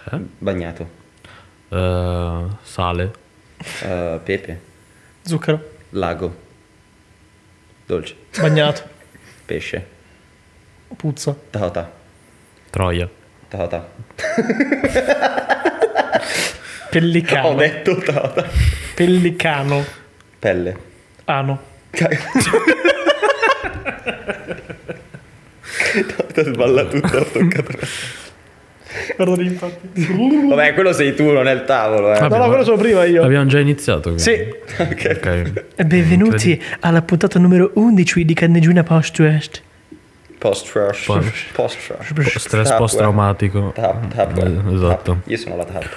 Bagnato. Sale. Pepe. Zucchero. Lago. Dolce. Bagnato. Pesce. Puzza. Tahota. Troia. Tahota. Pellicano. Ho detto Tahota. Pellicano. Pelle. Ano. Tahota sballa tutto, ho toccato. Perdoni, infatti. Vabbè, quello sei tu, non è il tavolo, No, quello sono prima io. Abbiamo già iniziato. Quindi. Sì. Ok. E benvenuti alla puntata numero 11 di Canneggiuna Podcast. Post-rush. Stress post-traumatico. Esatto. Io sono la TAP.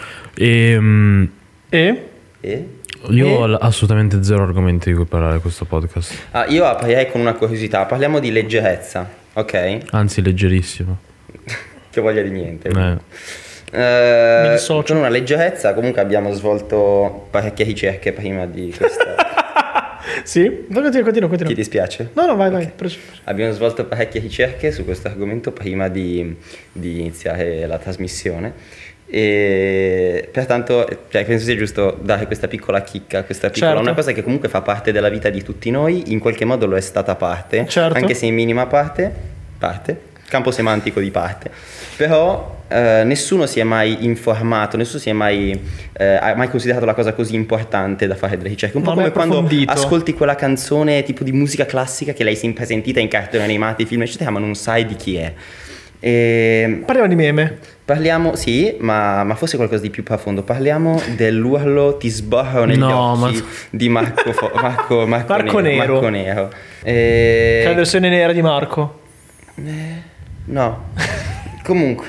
E? Io ho assolutamente zero argomenti di cui parlare in questo podcast. Io aprirei con una curiosità. Parliamo di leggerezza, ok? Anzi, leggerissimo. Che voglia di niente. Mi dissocio. Con una leggerezza comunque abbiamo svolto parecchie ricerche prima di questa. Sì? Continua. Ti dispiace? No, vai. Abbiamo svolto parecchie ricerche su questo argomento prima di iniziare la trasmissione e pertanto penso sia giusto dare questa piccola chicca, Certo. Una cosa che comunque fa parte della vita di tutti noi, in qualche modo lo è stata parte, Certo. anche se in minima parte, campo semantico di parte, però nessuno si è mai informato, nessuno si è mai ha mai considerato la cosa così importante da fare delle ricerche, un po' Non come è quando approfondito. ascolti quella canzone tipo di musica classica che l'hai sempre sentita in cartoni animati, film eccetera, ma non sai di chi è. Parliamo di meme. Parliamo, sì, ma forse qualcosa di più profondo. Parliamo dell'urlo ti sborro negli occhi di Marco Nero. Che è la versione nera di Marco. No. Comunque.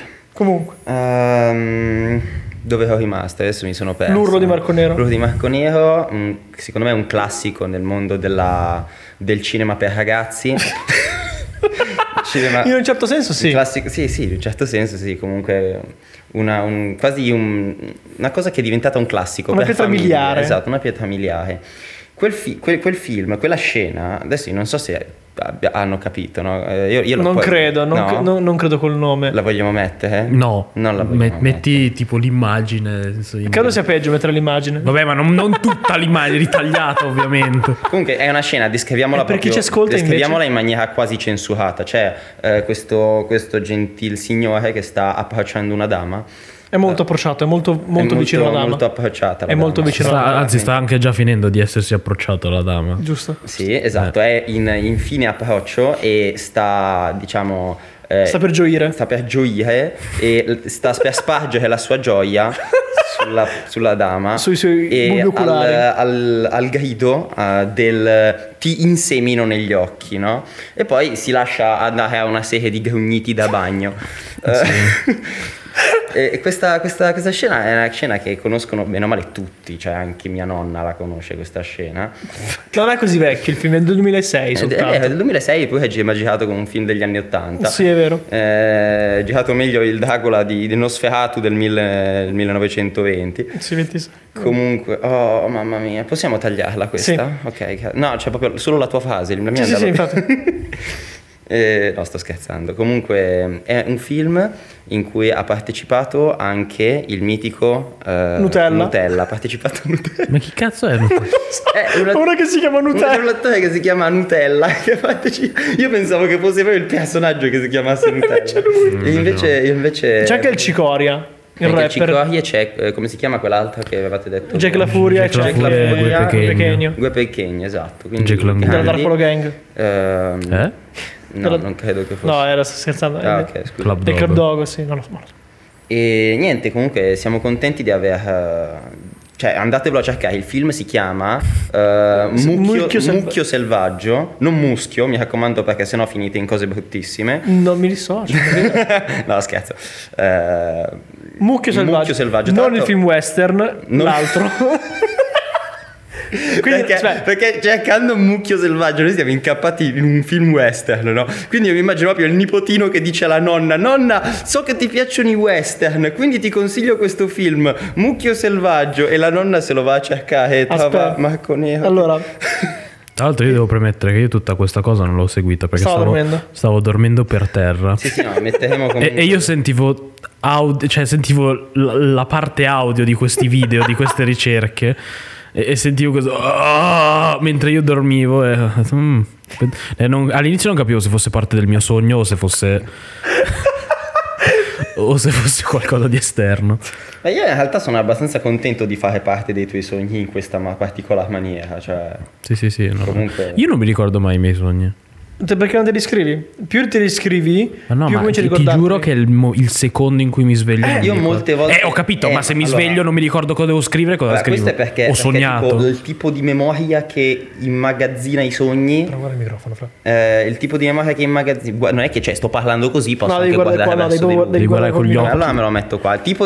Dove ho rimasto? Adesso mi sono perso. L'urlo di Marco Nero. L'urlo di Marco Nero, secondo me è un classico nel mondo del cinema per ragazzi. In un certo senso sì. Classico, sì, in un certo senso sì, comunque quasi una cosa che è diventata un classico. Una per pietra famiglie, miliare. Esatto, una pietra miliare. Quel film, quella scena, adesso io non so se hanno capito, no? Io Non credo, no? non credo col nome. La vogliamo mettere? No, Non la vogliamo metti tipo l'immagine. Credo sia peggio mettere l'immagine. Vabbè, ma non tutta l'immagine ritagliata, ovviamente. Comunque è una scena, descriviamola per chi proprio, ci ascolta descriviamola invece? in maniera quasi censurata. C'è questo gentil signore che sta approcciando una dama. È molto approcciato, è molto vicino alla dama. Molto approcciata la È molto dama. vicino alla dama. Anzi, sta anche già finendo di essersi approcciato alla dama. Giusto. Sì, esatto, è in fine approccio e sta, diciamo... Sta per gioire. Sta per gioire e sta per spargere la sua gioia sulla dama. Sui suoi bulbi oculari. Al grido del ti insemino negli occhi, no? E poi si lascia andare a una serie di grugniti da bagno. E questa scena è una scena che conoscono bene o male tutti, cioè anche mia nonna la conosce questa scena. Non è così vecchio, il film è del 2006 soltanto. È del 2006, poi è girato come un film degli anni 80. Sì, è vero. È girato meglio il Dracula di Nosferatu del 1920. Sì, 26. Comunque, oh mamma mia, possiamo tagliarla questa? Sì. Ok, no, c'è proprio solo la tua frase. La mia Sì, infatti. No, sto scherzando. Comunque è un film in cui ha partecipato anche il mitico Nutella. Ha partecipato a Nutella. Ma chi cazzo è Nutella? Uno che si chiama Nutella. Un attore che si chiama Nutella. Io pensavo che fosse proprio il personaggio che si chiamasse Nutella. E invece C'è anche il Cicoria, il anche rapper. Cicoria, c'è come si chiama quell'altro che avevate detto? Jack La Furia e Jack c'è La Furia, Gue Gue Pequeno. Gue Pequeno, esatto. Quindi Jack Languila. Della grandi. Dark Polo Gang. No, non credo che fosse. No, era scherzando. Ok, scusa. Club Del Dog. Club Dog, sì, non lo so. E niente, comunque siamo contenti di aver... cioè, andatevelo a cercare, il film si chiama Mucchio Selvaggio, non Muschio, mi raccomando, perché sennò finite in cose bruttissime. Non mi dissocio. No, scherzo. Mucchio Selvaggio. Non il film western, l'altro. Quindi, perché cercando un mucchio selvaggio noi siamo incappati in un film western, no? Quindi io mi immagino proprio il nipotino che dice alla nonna, so che ti piacciono i western, quindi ti consiglio questo film Mucchio Selvaggio, e la nonna se lo va a cercare e trova Marco Nero. Allora, Tra l'altro io devo premettere che io tutta questa cosa non l'ho seguita perché Stavo dormendo. stavo dormendo per terra. Sì, no, metteremo comunque. E io sentivo cioè sentivo la parte audio di questi video, di queste ricerche, e sentivo questo mentre io dormivo e all'inizio non capivo se fosse parte del mio sogno o se fosse qualcosa di esterno. Ma io in realtà sono abbastanza contento di fare parte dei tuoi sogni in questa particolare maniera, cioè Sì, no. comunque... Io non mi ricordo mai i miei sogni. Perché non te li scrivi? Più te li scrivi, Ma no, più ma cominci a ti ricordarti. giuro che il secondo in cui mi sveglio non mi io ricordo. molte volte... ho capito, ma se mi allora, sveglio non mi ricordo cosa devo scrivere, cosa allora, scrivo. questo è perché Ho sognato. tipo, il tipo di memoria che immagazzina i sogni... Però guarda il microfono, fra. il tipo di memoria che immagazzina... Non è che sto parlando così, posso No, anche devi guardare guardare qua, verso di lui. Devi guardare con gli occhi. Allora me lo metto qua. Il tipo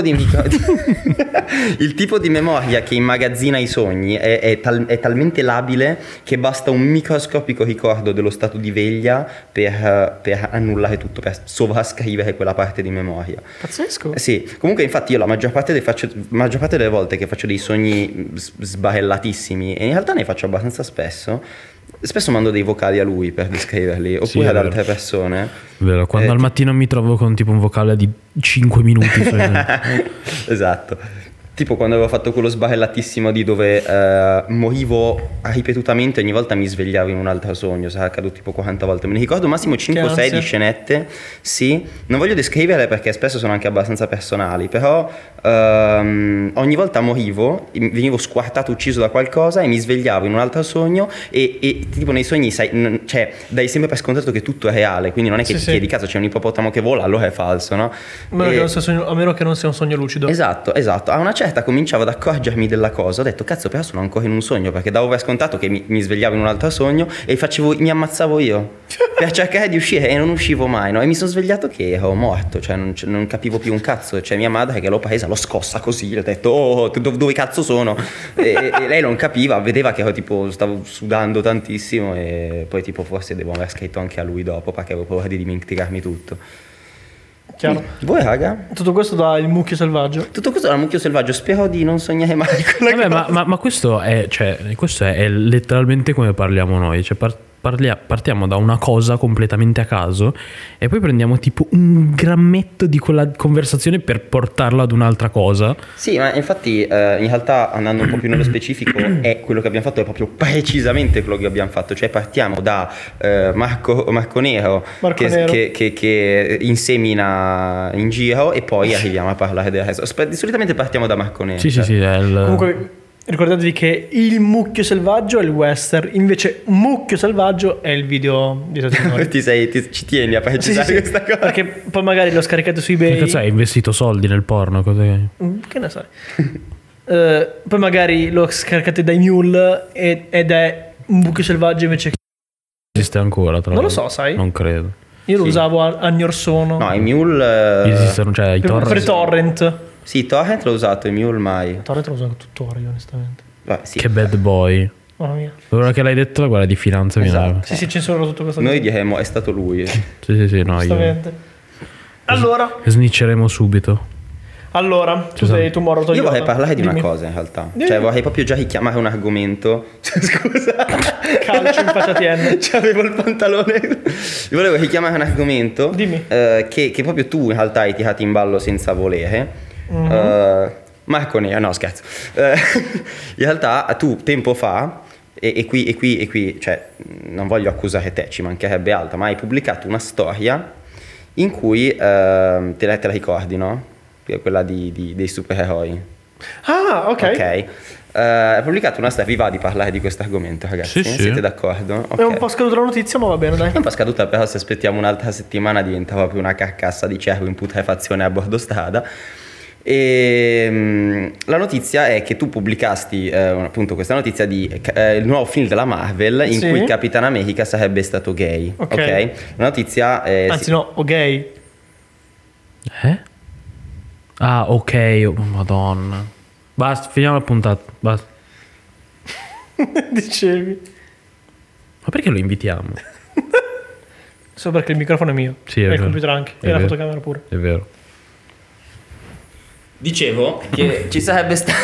di memoria che immagazzina i sogni è talmente labile che basta un microscopico ricordo dello stato di veglia per annullare tutto, per sovrascrivere quella parte di memoria. Pazzesco. Sì, comunque infatti io la maggior parte delle volte che faccio dei sogni sbarellatissimi, e in realtà ne faccio abbastanza spesso mando dei vocali a lui per descriverli, oppure Sì, è ad vero. altre persone. Vero, quando al mattino mi trovo con tipo un vocale di 5 minuti. Esatto. Tipo quando avevo fatto quello sbarellatissimo di dove morivo ripetutamente, ogni volta mi svegliavo in un altro sogno, sarà accaduto tipo 40 volte. Me ne ricordo massimo 5 o 6 di scenette, sì. Non voglio descriverle perché spesso sono anche abbastanza personali, però ogni volta morivo, venivo squartato, ucciso da qualcosa e mi svegliavo in un altro sogno e tipo nei sogni cioè dai sempre per scontato che tutto è reale, quindi non è che ti chiedi cazzo c'è un ippopotamo che vola, allora è falso, no? A meno che non sia un sogno lucido. Esatto. A una certa cominciavo ad accorgermi della cosa, ho detto cazzo però sono ancora in un sogno, perché davo per scontato che mi svegliavo in un altro sogno e mi ammazzavo io per cercare di uscire e non uscivo mai, no? E mi sono svegliato che ero morto, cioè non capivo più un cazzo, cioè mia madre che l'ho presa, l'ho scossa così, ho detto dove cazzo sono? e lei non capiva, vedeva che ero tipo stavo sudando tantissimo e poi tipo forse devo aver scritto anche a lui dopo perché avevo paura di dimenticarmi tutto. Chiaro. Voi raga? Tutto questo da Il Mucchio Selvaggio. Tutto questo dal mucchio selvaggio, spero di non sognare mai con la Vabbè, ma questo è letteralmente come parliamo noi, cioè partiamo da una cosa completamente a caso e poi prendiamo tipo un grammetto di quella conversazione per portarla ad un'altra cosa. Sì, ma infatti in realtà andando un po' più nello specifico è quello che abbiamo fatto, è proprio precisamente quello che abbiamo fatto, cioè partiamo da Marco Nero che insemina in giro e poi arriviamo a parlare del resto. Solitamente partiamo da Marco Nero. Sì, Comunque ricordatevi che Il Mucchio Selvaggio è il western, invece Mucchio Selvaggio è il video di noi. Ci tieni a precisare questa cosa? Perché poi magari l'ho scaricato su eBay. Che cazzo hai investito soldi nel porno? Cos'è? Che ne sai? Poi magari l'ho scaricato dai Mule ed è un Mucchio Selvaggio invece che... Esiste ancora, tra Non lo l'altro. so, sai? Non credo. Io lo usavo anni or sono. No, i Mule... Esistono, cioè i per torrent. Sì, Torrent l'ho usato, i Mule mai. Torrent lo uso tuttora io onestamente. Sì. Che bad boy. Mamma mia. Ora che l'hai detto la guardia di finanza Esatto. Sì, censurerò tutto questo. Noi diremo è stato lui. Sì, no, io. Giustamente. Allora, Snitcheremo subito. tu sei Tomorrow. Io vorrei parlare di una cosa in realtà. Cioè vorrei proprio già richiamare un argomento. Scusa. Calcio in faccia TN. C'avevo il pantalone. Io volevo richiamare un argomento. Dimmi. Che proprio tu in realtà hai tirato in ballo senza volere. Marco Nero, no scherzo. In realtà tu tempo fa e qui cioè non voglio accusare te, ci mancherebbe altro, ma hai pubblicato una storia in cui te la ricordi, no? Quella dei supereroi. Ah, ok. Hai pubblicato una storia, vi va di parlare di questo argomento, ragazzi? Sì. Siete d'accordo? È un po' scaduta la notizia, ma va bene, dai. È un po' scaduta, però se aspettiamo un'altra settimana diventa proprio una carcassa di cervo in putrefazione a bordo strada. E la notizia è che tu pubblicasti appunto questa notizia di il nuovo film della Marvel in cui Capitan America sarebbe stato gay. Ok? La notizia anzi no, o gay. Ah, ok, oh, madonna. Basta, finiamo la puntata. Basta. Dicevi. Ma perché lo invitiamo? Solo perché il microfono è mio. Sì, è e vero. il computer anche. È E la vero. fotocamera pure. È vero. Dicevo che ci sarebbe stato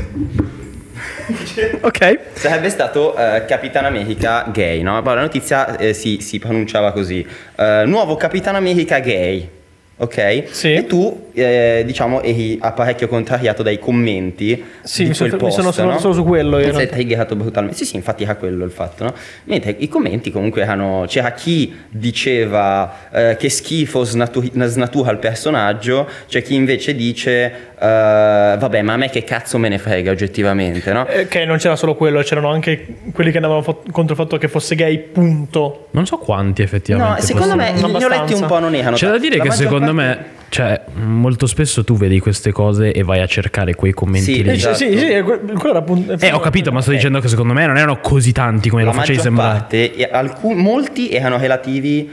Ok. sarebbe stato Capitan America gay, no? Poi la notizia si pronunciava così: nuovo Capitan America gay. ok? Sì. E tu, diciamo, eri parecchio contrariato dai commenti Sì, di quel post, mi sono no? solo su quello io. Sei triggerato brutalmente. Sì, infatti era quello il fatto, no? Mentre i commenti comunque erano... C'era chi diceva che schifo, snatura il personaggio, c'è chi invece dice vabbè, ma a me che cazzo me ne frega oggettivamente, no? Che non c'era solo quello, c'erano anche quelli che andavano contro il fatto che fosse gay, punto. Non so quanti effettivamente. No, secondo me Non li ho letti un po', non erano. C'è da dire La che maggior secondo parte- me, cioè, molto spesso tu vedi queste cose e vai a cercare quei commenti Sì, lì. esatto. Sì, quello era appunto. Ho capito, ma sto dicendo che secondo me non erano così tanti come La lo facevi maggior sembrare. parte, molti erano relativi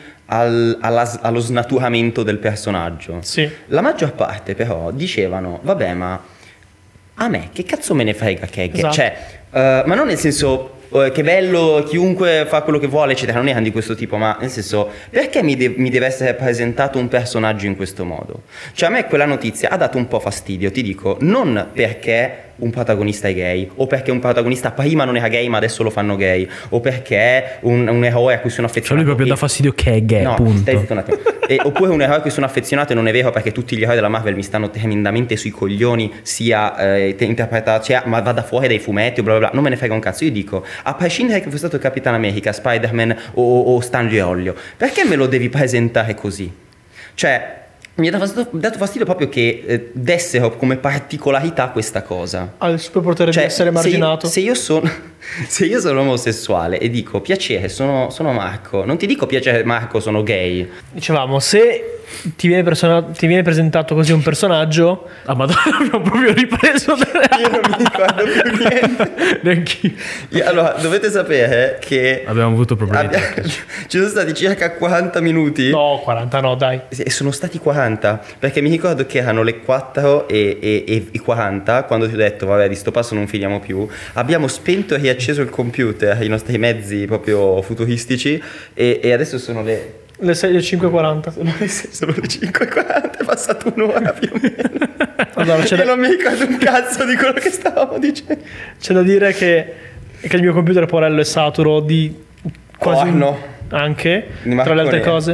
allo snaturamento del personaggio. Sì. La maggior parte però dicevano, vabbè, ma a me che cazzo me ne frega che è gay? Esatto. Cioè, ma non nel senso che bello, chiunque fa quello che vuole, eccetera, non erano di questo tipo, ma nel senso, perché mi deve essere presentato un personaggio in questo modo? Cioè, a me quella notizia ha dato un po' fastidio, ti dico, non perché un protagonista è gay, o perché un protagonista prima non era gay ma adesso lo fanno gay, o perché un eroe a cui sono Cioè affezionato... lui proprio dà fastidio che è gay, No, punto. stai zitto un attimo. Oppure un eroe a cui sono affezionato e non è vero perché tutti gli eroi della Marvel mi stanno tremendamente sui coglioni, sia interpretato, cioè, ma vada fuori dai fumetti o bla bla bla, non me ne frega un cazzo. Io dico, a prescindere che fosse stato Capitan America, Spider-Man o Stanley Olio, perché me lo devi presentare così? Cioè, mi ha dato fastidio proprio che dessero come particolarità questa cosa. Ha il superpotere Cioè, di essere marginato. Se io sono omosessuale e dico piacere, sono Marco, non ti dico piacere Marco, sono gay. Dicevamo, se ti viene presentato così un personaggio, Ah, madonna, abbiamo proprio ripreso. Io non mi ricordo più niente. Neanch'io. Allora, dovete sapere che Abbiamo avuto problemi. ci sono stati circa 40 minuti. no, 40 no, dai. E sono stati 40, perché mi ricordo che erano le 4 e 40 quando ti ho detto vabbè, di sto passo non finiamo più. Abbiamo spento e riacceso il computer, i nostri mezzi proprio futuristici, e adesso sono le 5:40. sono le 5:40, è passata un'ora più o meno. Allora, Io non mi ricordo un cazzo di quello che stavamo dicendo. c'è da dire che il mio computer porello è saturo di quasi Porno. anche Di tra le altre Marco cose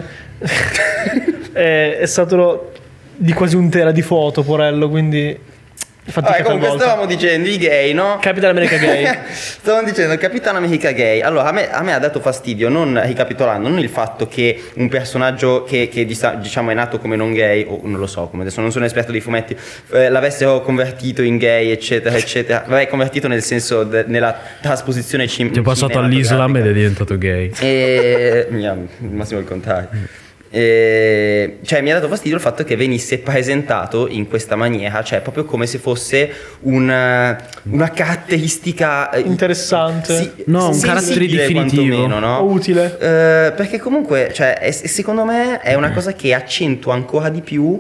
è saturo di quasi 1 tera di foto porello, quindi fatica Comunque talvolta. stavamo dicendo i gay, no? Capitan America gay. Stavamo dicendo Capitan America gay. Allora a me ha dato fastidio, non ricapitolando, non il fatto che un personaggio che diciamo è nato come non gay, o non lo so, come adesso non sono esperto dei fumetti, l'avessero convertito in gay, eccetera eccetera. Vabbè, convertito nel senso nella trasposizione Ti è passato all'Islam ed è diventato gay. Massimo il contrario. Cioè mi ha dato fastidio il fatto che venisse presentato in questa maniera, cioè proprio come se fosse una caratteristica Interessante. No, un carattere sensibile definitivo. quantomeno, no? Utile. Perché comunque, cioè, secondo me è una cosa che accentua ancora di più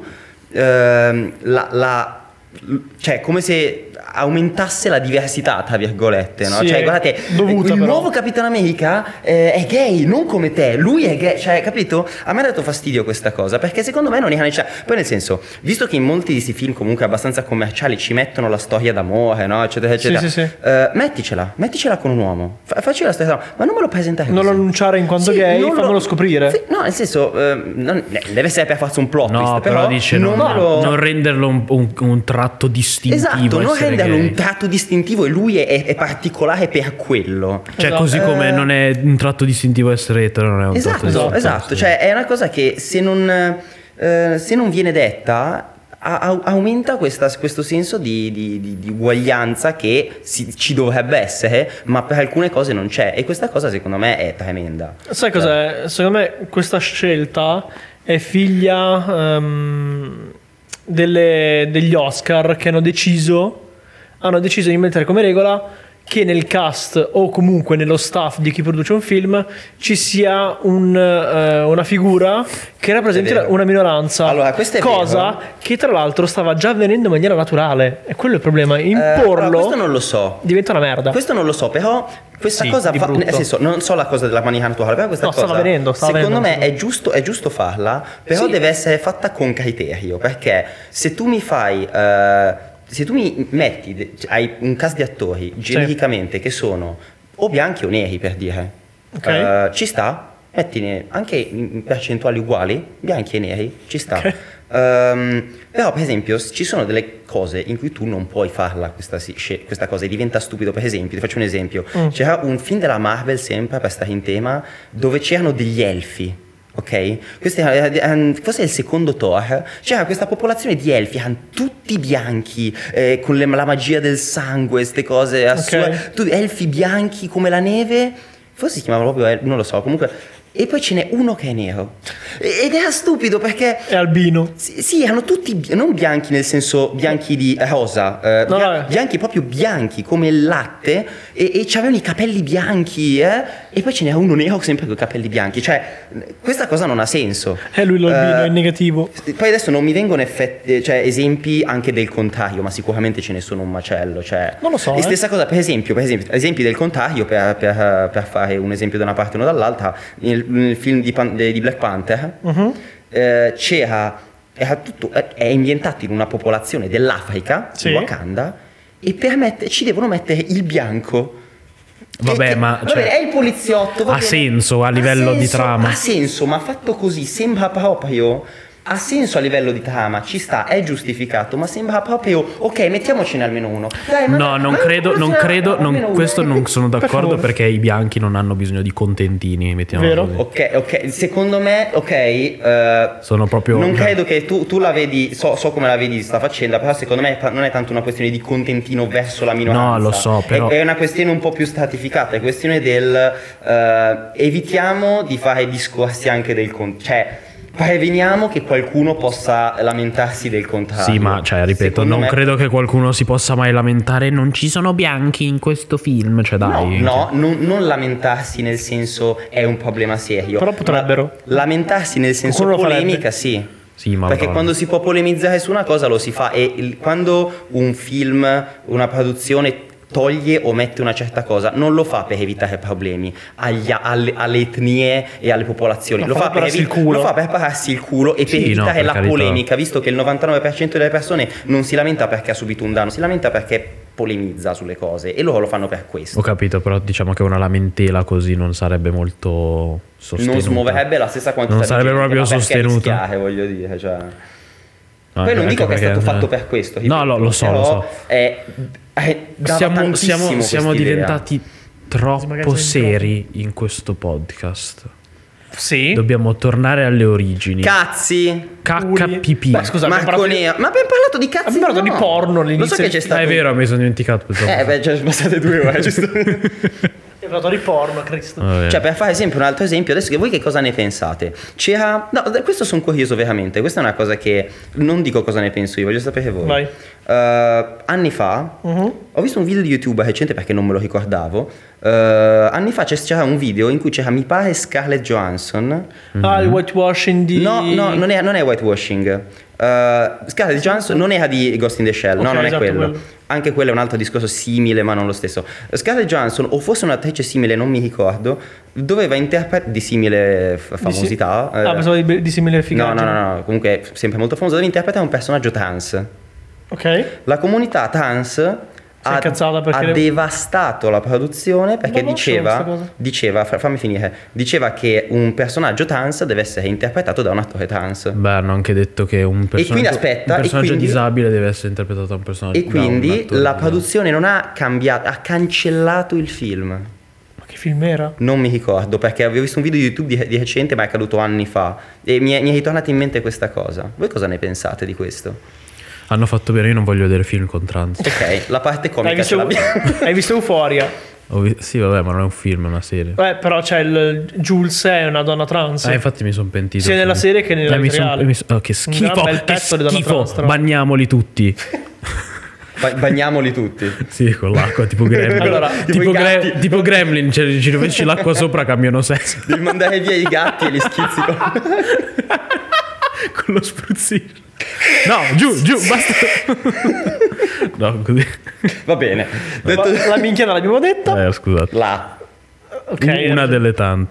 cioè come se aumentasse la diversità tra virgolette, no? Sì, Cioè guardate, dovuta, il però. nuovo Capitan America è gay, non come te, lui è gay, cioè capito? A me ha dato fastidio questa cosa perché secondo me non era necessario. Poi nel senso, visto che in molti di questi film comunque abbastanza commerciali ci mettono la storia d'amore, no? Eccetera eccetera, Sì. metticela con un uomo, facci la storia d'amore, ma non me lo presentare Non lo così. annunciare in quanto Sì, gay, non fammelo scoprire. Sì, no, nel senso, deve essere per forza un plot twist, No, però dice non renderlo un tratto distintivo. Esatto, non essere renderlo gay. un tratto distintivo e lui è particolare per quello. Cioè, Esatto. così come non è un tratto distintivo essere etero, non è un tratto distintivo. Esatto, cioè è una cosa che se non viene detta aumenta questo senso di uguaglianza che ci dovrebbe essere, ma per alcune cose non c'è, e questa cosa secondo me è tremenda. Sai cos'è? Secondo me questa scelta è figlia degli Oscar che hanno deciso di mettere come regola che nel cast o comunque nello staff di chi produce un film ci sia una figura che rappresenti È vero. una minoranza. Allora, questo è cosa vero. che tra l'altro stava già avvenendo in maniera naturale, e quello è il problema. Però Imporlo questo non lo so. diventa una merda. Questo non lo so, però questa Sì, cosa di va, brutto. nel senso, non so la cosa della maniera naturale, però questa No, cosa stava avvenendo, secondo me secondo è giusto farla, però Sì. deve essere fatta con criterio, perché se tu mi fai se tu mi metti hai un cast di attori genericamente che sono o bianchi o neri, per dire, Ok. ci sta, mettine anche in percentuali uguali, bianchi e neri, ci sta. Ok. Però per esempio ci sono delle cose in cui tu non puoi farla questa cosa e diventa stupido. Per esempio, ti faccio un esempio, c'era un film della Marvel, sempre per stare in tema, dove c'erano degli elfi. Ok? Questo forse è il secondo Thor. C'era questa popolazione di elfi, erano tutti bianchi, con la magia del sangue, queste cose assurde. Elfi bianchi come la neve, forse si chiamava proprio, non lo so, comunque. E poi ce n'è uno che è nero. Ed era stupido perché... È albino. Sì, erano tutti, non bianchi nel senso bianchi di rosa, bianchi proprio bianchi, come il latte, e c'avevano i capelli bianchi, e poi ce n'era uno nero sempre con i capelli bianchi. Cioè, questa cosa non ha senso. È lui l'albino, è negativo. Poi adesso non mi vengono esempi anche del contrario, ma sicuramente ce ne sono un macello. Cioè, non lo so. E stessa cosa, per esempio, esempi del contrario, per fare un esempio da una parte e uno dall'altra, nel film di Black Panther è ambientato in una popolazione dell'Africa, di Wakanda, e ci devono mettere il bianco. Vabbè, ma vabbè, è il poliziotto. Ha senso a livello di trama. Ha senso, ma fatto così sembra proprio. Ha senso a livello di trama, ci sta, è giustificato, ma sembra proprio ok, mettiamocene almeno uno. Dai, questo non sono d'accordo, perché i bianchi non hanno bisogno di contentini, mettiamolo così. Ok, secondo me, sono proprio... Non credo che tu la vedi, so come la vedi sta facendo, però secondo me non è tanto una questione di contentino verso la minoranza. No, lo so, però... È una questione un po' più stratificata, è questione del evitiamo di fare discorsi anche del cioè preveniamo che qualcuno possa lamentarsi del contrario. Sì, ma ripeto, non credo che qualcuno si possa mai lamentare. Non ci sono bianchi in questo film. Cioè, dai. No, non lamentarsi nel senso è un problema serio. Però potrebbero. Lamentarsi nel senso polemica, sì. Sì, ma perché quando si può polemizzare su una cosa lo si fa, e quando un film, una produzione toglie o mette una certa cosa, non lo fa per evitare problemi alle etnie e alle popolazioni, lo fa per pararsi il culo e per evitare la polemica, visto che il 99% delle persone non si lamenta perché ha subito un danno, si lamenta perché polemizza sulle cose, e loro lo fanno per questo. Ho capito, però diciamo che una lamentela così non sarebbe molto sostenuta. Non smuoverebbe la stessa quantità non sarebbe proprio sostenuta, voglio dire, cioè. Poi non dico che è stato fatto per questo, no, lo so. Siamo diventati troppo seri in questo podcast. Sì. Dobbiamo tornare alle origini. Cazzi. Cacca pipì. Beh, scusa, ma abbiamo parlato di cazzi. Abbiamo parlato di porno all'inizio. Lo so che c'è stato. È vero, mi sono dimenticato. Ci sono passate 2 ore, giusto? Abbiamo parlato di porno, Cristo. Cioè, per fare un altro esempio, adesso che voi che cosa ne pensate? Questo sono curioso veramente. Questa è una cosa che non dico cosa ne penso io, voglio sapere voi. Vai. Anni fa ho visto un video di YouTube recente, perché non me lo ricordavo. Anni fa c'era un video in cui c'era, mi pare, Scarlett Johansson. Il whitewashing di... No, non è whitewashing. Scarlett Johansson non era di Ghost in the Shell, no, non è quello. Anche quello è un altro discorso simile, ma non lo stesso. Scarlett Johansson, o forse un'attrice simile, non mi ricordo, doveva interpretare di simile famosità. Pensavo di simile figaggine. No, comunque sempre molto famosa, doveva interpretare un personaggio trans. Ok. La comunità trans ha devastato la produzione, perché diceva che un personaggio trans deve essere interpretato da un attore trans. Beh, hanno anche detto che un personaggio disabile deve essere interpretato da un personaggio. E quindi la produzione non ha cambiato, ha cancellato il film. Ma che film era? Non mi ricordo, perché avevo visto un video di YouTube di recente, ma è accaduto anni fa, e mi è ritornata in mente questa cosa. Voi cosa ne pensate di questo? Hanno fatto bene, io non voglio vedere film con trans. Ok, la parte comica ce l'abbiamo. Hai visto Euphoria? Sì, vabbè, ma non è un film, è una serie. Però c'è Jules, è una donna trans. Infatti mi sono pentito. Sia nella serie che nella vita reale. Che schifo, Bagniamoli tutti. Bagniamoli tutti. Sì, con l'acqua, tipo Gremlin. Allora, tipo Gremlin, ci rovesci l'acqua sopra, cambiano sesso. Devi mandare via i gatti e li schizzi con lo spruzzino. No, giù, basta. No, così. Va bene. La minchia l'abbiamo detta. Scusate. Ok. Una delle tante.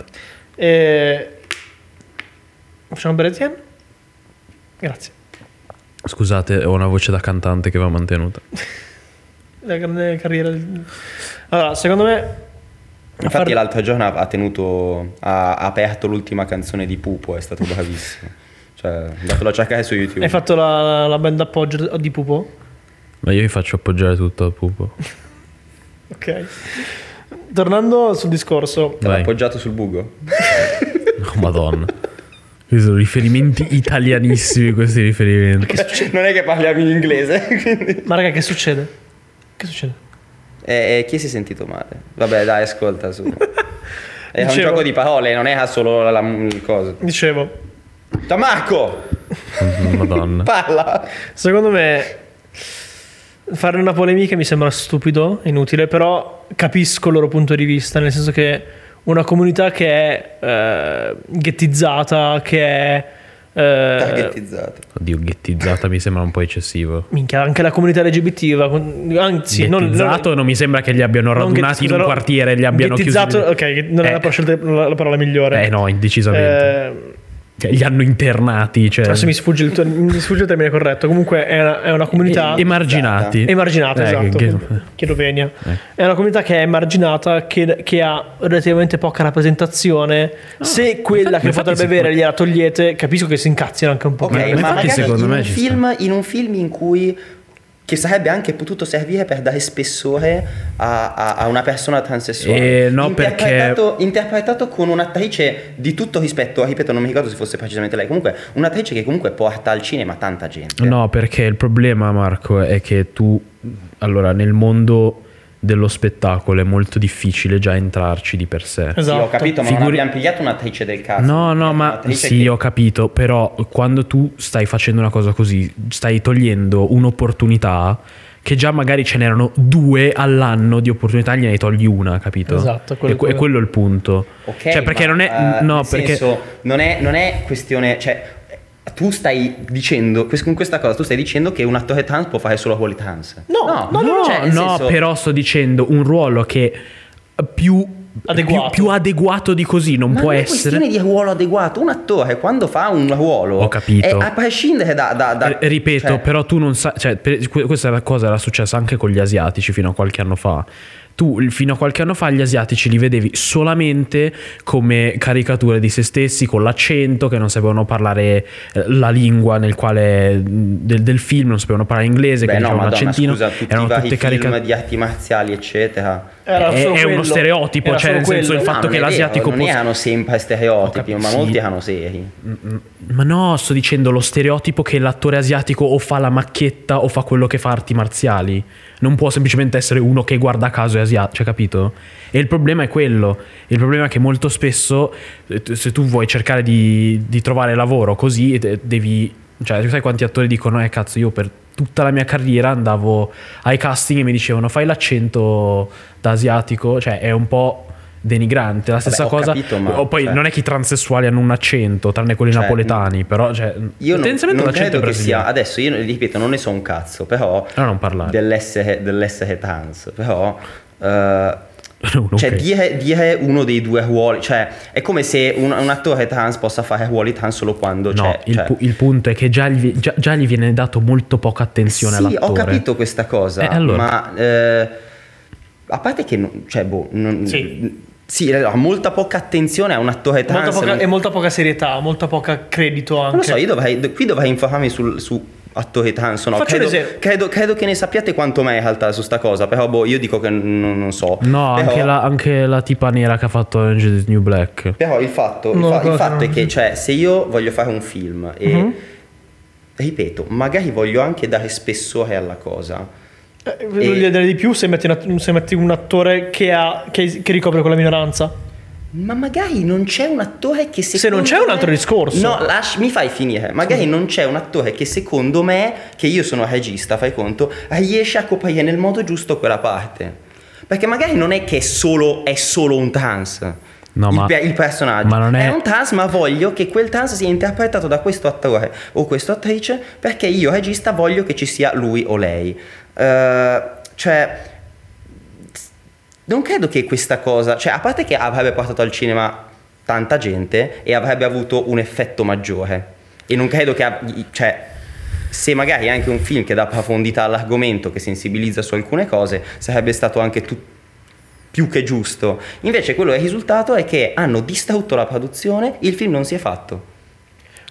Facciamo un Berezien? Grazie. Scusate, ho una voce da cantante che va mantenuta. La grande carriera. Allora, secondo me... Infatti l'altro giorno ha aperto l'ultima canzone di Pupo, è stato bravissimo. Cioè, andatelo a cercare su YouTube. Hai fatto la band appoggio di Pupo? Ma io vi faccio appoggiare tutto al pupo. Ok. Tornando sul discorso, Te l'ho Vai. appoggiato sul bugo. Oh, Madonna. Questi sono riferimenti italianissimi, questi riferimenti. Non è che parliamo in inglese. Quindi. ma raga, che succede? Che succede? Chi si è sentito male? Vabbè, dai, ascolta su. È un Dicevo- gioco di parole, non è solo la cosa. Dicevo, Marco, Madonna. parla. secondo me fare una polemica mi sembra stupido, inutile, però capisco il loro punto di vista, nel senso che una comunità che è ghettizzata, che è Targetizzato. Oddio, ghettizzata mi sembra un po' eccessivo. minchia, anche la comunità LGBT, anzi, Ghettizzato non mi sembra che li abbiano non radunati in un scusa, quartiere e li abbiano chiusi. ghettizzato, ok, non è la parola migliore. No, indecisamente. Cioè, li hanno internati, cioè Adesso mi sfugge il termine corretto. Comunque è una comunità emarginati. emarginata, esatto. Chiedo venia. È una comunità che è emarginata, che ha relativamente poca rappresentazione. Se quella che infatti potrebbe avere gliela togliete, capisco che si incazzino anche un po'. Ok, Ma ma infatti magari secondo me ci in un film in cui che sarebbe anche potuto servire per dare spessore a una persona transessuale. No, interpretato con un'attrice di tutto rispetto, ripeto, non mi ricordo se fosse precisamente lei, comunque un'attrice che comunque porta al cinema tanta gente. No, perché il problema, Marco, è che tu, allora, nel mondo dello spettacolo è molto difficile già entrarci di per sé. Esatto. Sì, ho capito, ma non abbiamo pigliato un'attrice del cazzo. No, ma Un'attrice sì, che- ho capito, però quando tu stai facendo una cosa così, stai togliendo un'opportunità che già magari ce n'erano 2 all'anno di opportunità, gliene togli una, capito? Esatto, E quello è il punto. Ok, cioè, perché ma, non è no, nel perché senso, non è questione, cioè tu stai dicendo con questa cosa tu stai dicendo che un attore trans può fare solo ruoli trans. No, cioè, nel no, senso- però sto dicendo un ruolo che più Adeguato. più adeguato di così non Ma può non è essere. questione di ruolo adeguato. Un attore quando fa un ruolo, Ho capito. a prescindere da Ripeto, cioè, però tu non sai, cioè, questa è la cosa era successa anche con gli asiatici fino a qualche anno fa. Tu fino a qualche anno fa gli asiatici li vedevi solamente come caricature di se stessi, con l'accento, che non sapevano parlare la lingua nel quale del film, non sapevano parlare inglese, beh, che no, dicevano un Madonna, accentino, scusa, tutti erano i vari tutte film caricature. di arti marziali eccetera. Era solo È quello. uno stereotipo, Era cioè solo nel senso il quello. fatto No, che non è vero, l'asiatico non erano sempre stereotipi, ma sì. molti erano seri. Ma no, sto dicendo lo stereotipo che l'attore asiatico o fa la macchietta o fa quello che fa arti marziali. Non può semplicemente essere uno che guarda a caso è asiatico, cioè, capito? E il problema è quello. Il problema è che molto spesso, se tu vuoi cercare di trovare lavoro così, devi... Cioè, sai quanti attori dicono, cazzo, io per tutta la mia carriera andavo ai casting e mi dicevano, fai l'accento da asiatico? Cioè, è un po' denigrante. La stessa ho cosa. capito, ma, o poi cioè- non è che i transessuali hanno un accento, tranne quelli Cioè, napoletani, però cioè, Io tendenzialmente non l'accento credo è che sia. brasiliano. Adesso io ripeto, non ne so un cazzo, però No, non parlare. dell'essere trans, però Ok. cioè dire uno dei due ruoli, cioè è come se un attore trans possa fare ruoli trans solo quando No, c'è. il, il punto è che già gli viene dato molto poca attenzione Sì, all'attore. ho capito questa cosa, Allora. ma a parte che cioè boh, Sì. sì, ha molta poca attenzione a un attore trans. E molta poca serietà, molta poca credito anche. Non lo so, io dovrei informarmi su attori trans, no? Faccio un esempio. Credo che ne sappiate quanto me in realtà su sta cosa, però boh, io dico che non so. No, Però- anche la tipa nera che ha fatto Orange is the New Black. Però il fatto è che, cioè, se io voglio fare un film e ripeto, magari voglio anche dare spessore alla cosa. Voglio dire di più se metti un attore che ricopre quella minoranza. Ma magari non c'è un attore che Se non c'è un altro discorso. No, mi fai finire. Magari non c'è un attore che secondo me, che io sono regista, fai conto, riesce a coprire nel modo giusto quella parte. Perché magari non è che è solo un trans. No, Il personaggio ma non è un trans, ma voglio che quel trans sia interpretato da questo attore o questa attrice, perché io regista voglio che ci sia lui o lei. Cioè, non credo che questa cosa, cioè, a parte che avrebbe portato al cinema tanta gente e avrebbe avuto un effetto maggiore, e non credo che cioè, se magari anche un film che dà profondità all'argomento, che sensibilizza su alcune cose, sarebbe stato anche più che giusto. Invece quello che è il risultato è che hanno distrutto la produzione, il film non si è fatto.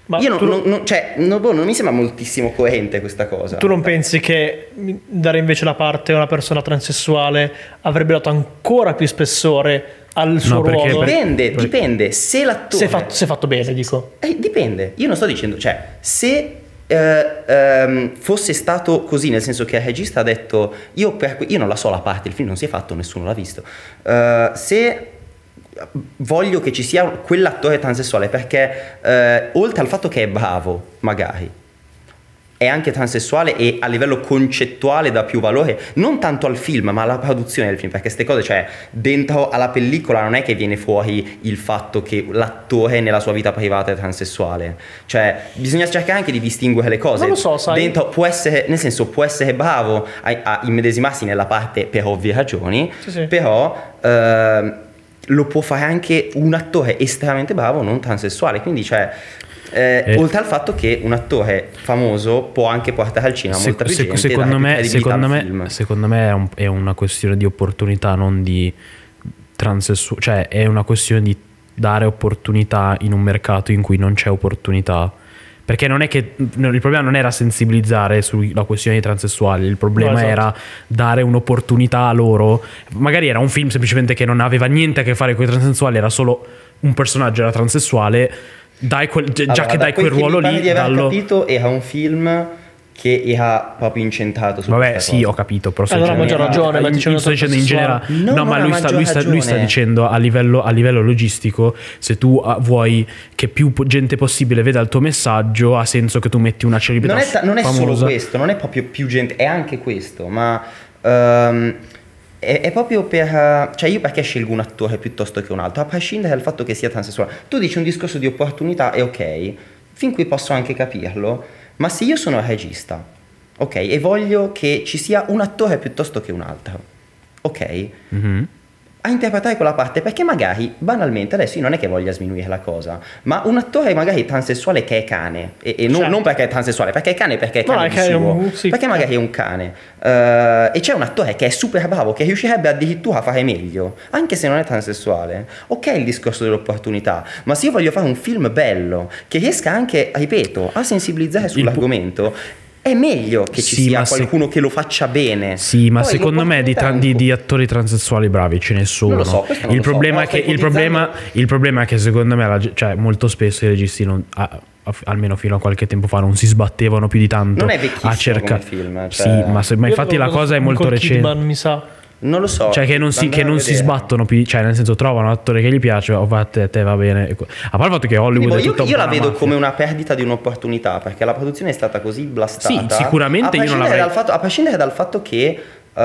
Ma io tu- non mi sembra moltissimo coerente questa cosa. Tu non pensi che dare invece la parte a una persona transessuale avrebbe dato ancora più spessore al suo perché- ruolo? Dipende. Se l'attore... Se fatto bene, dico. Dipende. Io non sto dicendo, cioè, se fosse stato così, nel senso che il regista ha detto io non la so la parte, il film non si è fatto, nessuno l'ha visto, se voglio che ci sia quell'attore transessuale perché oltre al fatto che è bravo magari è anche transessuale e a livello concettuale dà più valore non tanto al film ma alla produzione del film, perché queste cose, cioè dentro alla pellicola non è che viene fuori il fatto che l'attore nella sua vita privata è transessuale, cioè bisogna cercare anche di distinguere le cose. Non lo so, sai. Dentro può essere bravo a immedesimarsi nella parte per ovvie ragioni, Sì. però lo può fare anche un attore estremamente bravo non transessuale, quindi cioè oltre al fatto che un attore famoso può anche portare al cinema molta più gente, secondo dare più credibilità al film. secondo me è una questione di opportunità, non di transessuale, cioè è una questione di dare opportunità in un mercato in cui non c'è opportunità, perché non è che il problema non era sensibilizzare sulla questione dei transessuali, il problema No, esatto. era dare un'opportunità a loro. Magari era un film semplicemente che non aveva niente a che fare con i transessuali, era solo un personaggio era transessuale, già che dai quel ruolo lì, di aver dallo... capito, era un film che era proprio incentrato su Vabbè, questa sì, cosa. ho capito, però Allora ha maggior ragione, ma dicendo sto dicendo in generale. No, No, non ma ha lui maggior sta ragione. dicendo a livello logistico, se tu vuoi che più gente possibile veda il tuo messaggio, ha senso che tu metti una celebrità Non è solo famosa. questo, non è proprio più gente, è anche questo, ma è proprio per... Cioè io perché scelgo un attore piuttosto che un altro, a prescindere dal fatto che sia transessuale. Tu dici un discorso di opportunità e ok, fin qui posso anche capirlo, ma se io sono regista, ok, e voglio che ci sia un attore piuttosto che un altro, ok, Mhm. a interpretare quella parte, perché magari banalmente adesso io non è che voglia sminuire la cosa, ma un attore magari transessuale che è cane e non, Certo. non perché è transessuale, perché è cane, perché è No, cane è che è suo, sì. perché magari è un cane e c'è un attore che è super bravo, che riuscirebbe addirittura a fare meglio anche se non è transessuale. Ok, il discorso dell'opportunità, ma se io voglio fare un film bello che riesca anche, ripeto, a sensibilizzare sull'argomento, è meglio che ci Sì, sia ma qualcuno che lo faccia bene. Sì, ma Poi secondo me l'opportunità di attori transessuali bravi ce ne sono. Non lo so, questo non il lo so, problema però è che sto il problema è che secondo me cioè, molto spesso i registi almeno fino a qualche tempo fa non si sbattevano più di tanto Non è vecchissimo a cercare. come film, Sì, cioè- ma infatti la cosa è molto recente. Kidman, mi sa. Non lo so. Cioè che non si andare a si vedere. sbattono più, cioè nel senso trovano un attore che gli piace, o a te va bene. A parte il fatto che Hollywood Quindi, è tutta io la una vedo mafia. come una perdita di un'opportunità, perché la produzione è stata così blastata. Sì, sicuramente io non l'avrei- A prescindere dal fatto che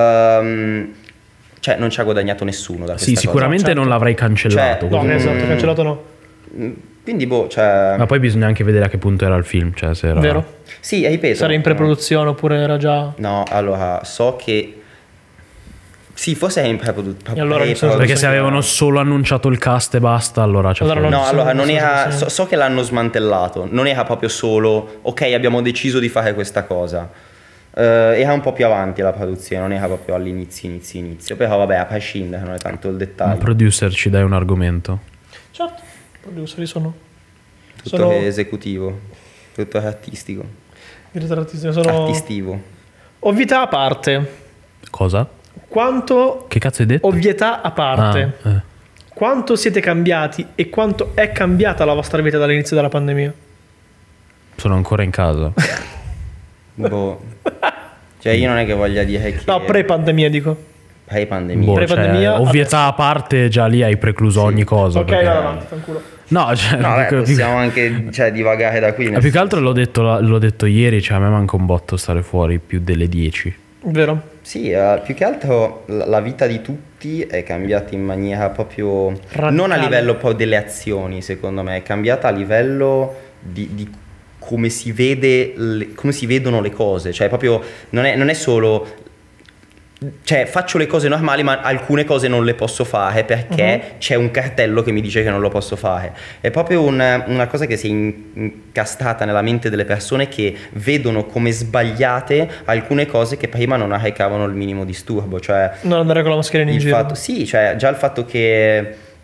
cioè non ci ha guadagnato nessuno da questa Sì, cosa. sicuramente certo. non l'avrei cancellato. Cioè, No, esatto, cancellato no. Quindi cioè... Ma poi bisogna anche vedere a che punto era il film, cioè se era... Vero? Sì, ripeto. Sarà in pre-produzione oppure era già... No, allora, so che... Sì, forse è in pre-produzione. E allora mi sono- Perché se avevano solo annunciato il cast e basta, allora c'è Allora fuori. No, allora non Sì, era. sì. So che l'hanno smantellato. Non era proprio solo. Ok, abbiamo deciso di fare questa cosa. Era un po' più avanti la produzione, non era proprio all'inizio. Però vabbè, a prescindere, non è tanto il Un dettaglio. producer, ci dai un argomento. Certo, i producer sono... Tutto sono- che esecutivo, tutto che artistico. direttore artistico, sono... Artistivo. Ovvietà a parte. Cosa? Quanto... Che cazzo hai detto? Ovvietà a parte. Ah, Quanto siete cambiati e quanto è cambiata la vostra vita dall'inizio della pandemia? sono ancora in casa. Boh. Cioè, io non è che voglia dire che. No, pre-pandemia dico. Pre-pandemia. Boh, Pre-pandemia, cioè, ovvietà a parte, già lì hai precluso ogni cosa. Ok, perché- vado avanti, tranquillo. No, cioè, No, beh, più- possiamo anche divagare da qui. più che altro l'ho detto ieri, cioè a me manca un botto stare fuori più delle 10. Vero? Sì, più che altro la vita di tutti è cambiata in maniera proprio Radicale. non a livello poi delle azioni, secondo me, è cambiata a livello di come si vede come si vedono le cose, cioè proprio non è solo, cioè faccio le cose normali ma alcune cose non le posso fare perché c'è un cartello che mi dice che non lo posso fare. È proprio una cosa che si è incastrata nella mente delle persone, che vedono come sbagliate alcune cose che prima non arrecavano il minimo disturbo, cioè Non andare con la mascherina in il giro. fatto, sì, cioè già il fatto che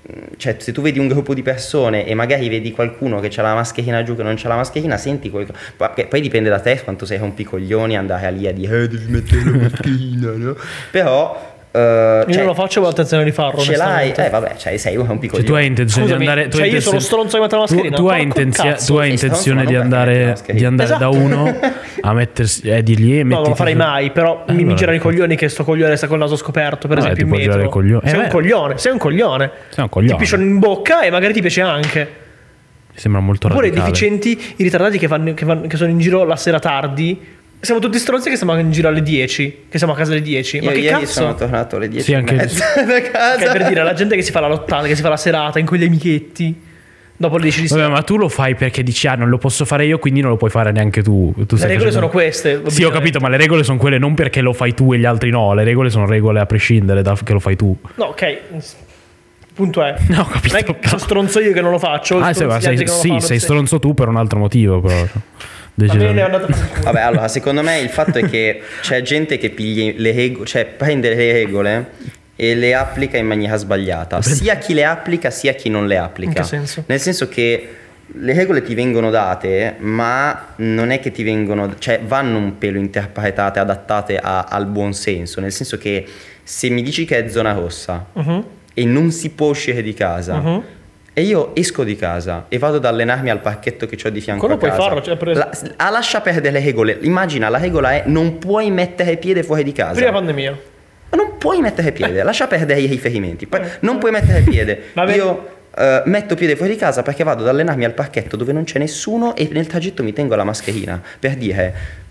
cioè, se tu vedi un gruppo di persone e magari vedi qualcuno che c'ha la mascherina giù, che non c'ha la mascherina, senti poi dipende da te quanto sei rompicoglioni andare lì a dire devi mettere la mascherina, no? Però io non lo faccio, ho intenzione di farlo. Ce l'hai, vabbè, cioè sei un piccolo. Tu hai intenzione Scusami, di andare. cioè io sono stronzo di mettere la mascherina. Tu hai intenzione di andare Esatto. da uno a mettersi di lì e No, non lo farei mai, però mi girano i coglioni che sto coglione sta col naso scoperto, per esempio in ti può girare metro. i coglioni. Sei un coglione, sei un coglione. Sei un coglione. Ti pisciano in bocca e magari ti piace anche. Mi sembra molto Oppure i radicale. deficienti, i ritardati che sono in giro la sera tardi. Siamo tutti stronzi che stiamo in giro alle 10, che siamo a casa alle 10. Ma Io che ieri cazzo? sono tornato alle 10 Sì, anche da casa. Che per dire, la gente che si fa la lottata, che si fa la serata in quegli amichetti, dopo le 10 di sera. Vabbè, ma tu lo fai perché dici non lo posso fare io, quindi non lo puoi fare neanche tu. Le regole sono queste. Sì, ho capito, ma le regole sono quelle non perché lo fai tu e gli altri no. Le regole sono regole a prescindere da che lo fai tu. No, ok. Il punto è, No, ho capito. non è che sono stronzo io che non lo faccio. Sei stronzo tu per un altro motivo, però. Va bene, è andato. Vabbè, allora, secondo me il fatto è che c'è gente che piglia le regole, cioè prende le regole e le applica in maniera sbagliata. Sia chi le applica, sia chi non le applica. In che senso? Nel senso che le regole ti vengono date, ma non è che ti vengono, cioè vanno un pelo interpretate, adattate al buon senso. Nel senso che se mi dici che è zona rossa e non si può uscire di casa, e io esco di casa e vado ad allenarmi al parchetto che ho di fianco Quello a casa. puoi farlo, cioè Lascia perdere le regole. Immagina, la regola è non puoi mettere piede fuori di casa. prima pandemia. Ma non puoi mettere piede, lascia perdere i riferimenti. Poi non puoi mettere piede. Io metto piede fuori di casa perché vado ad allenarmi al parchetto dove non c'è nessuno e nel tragitto mi tengo la mascherina per dire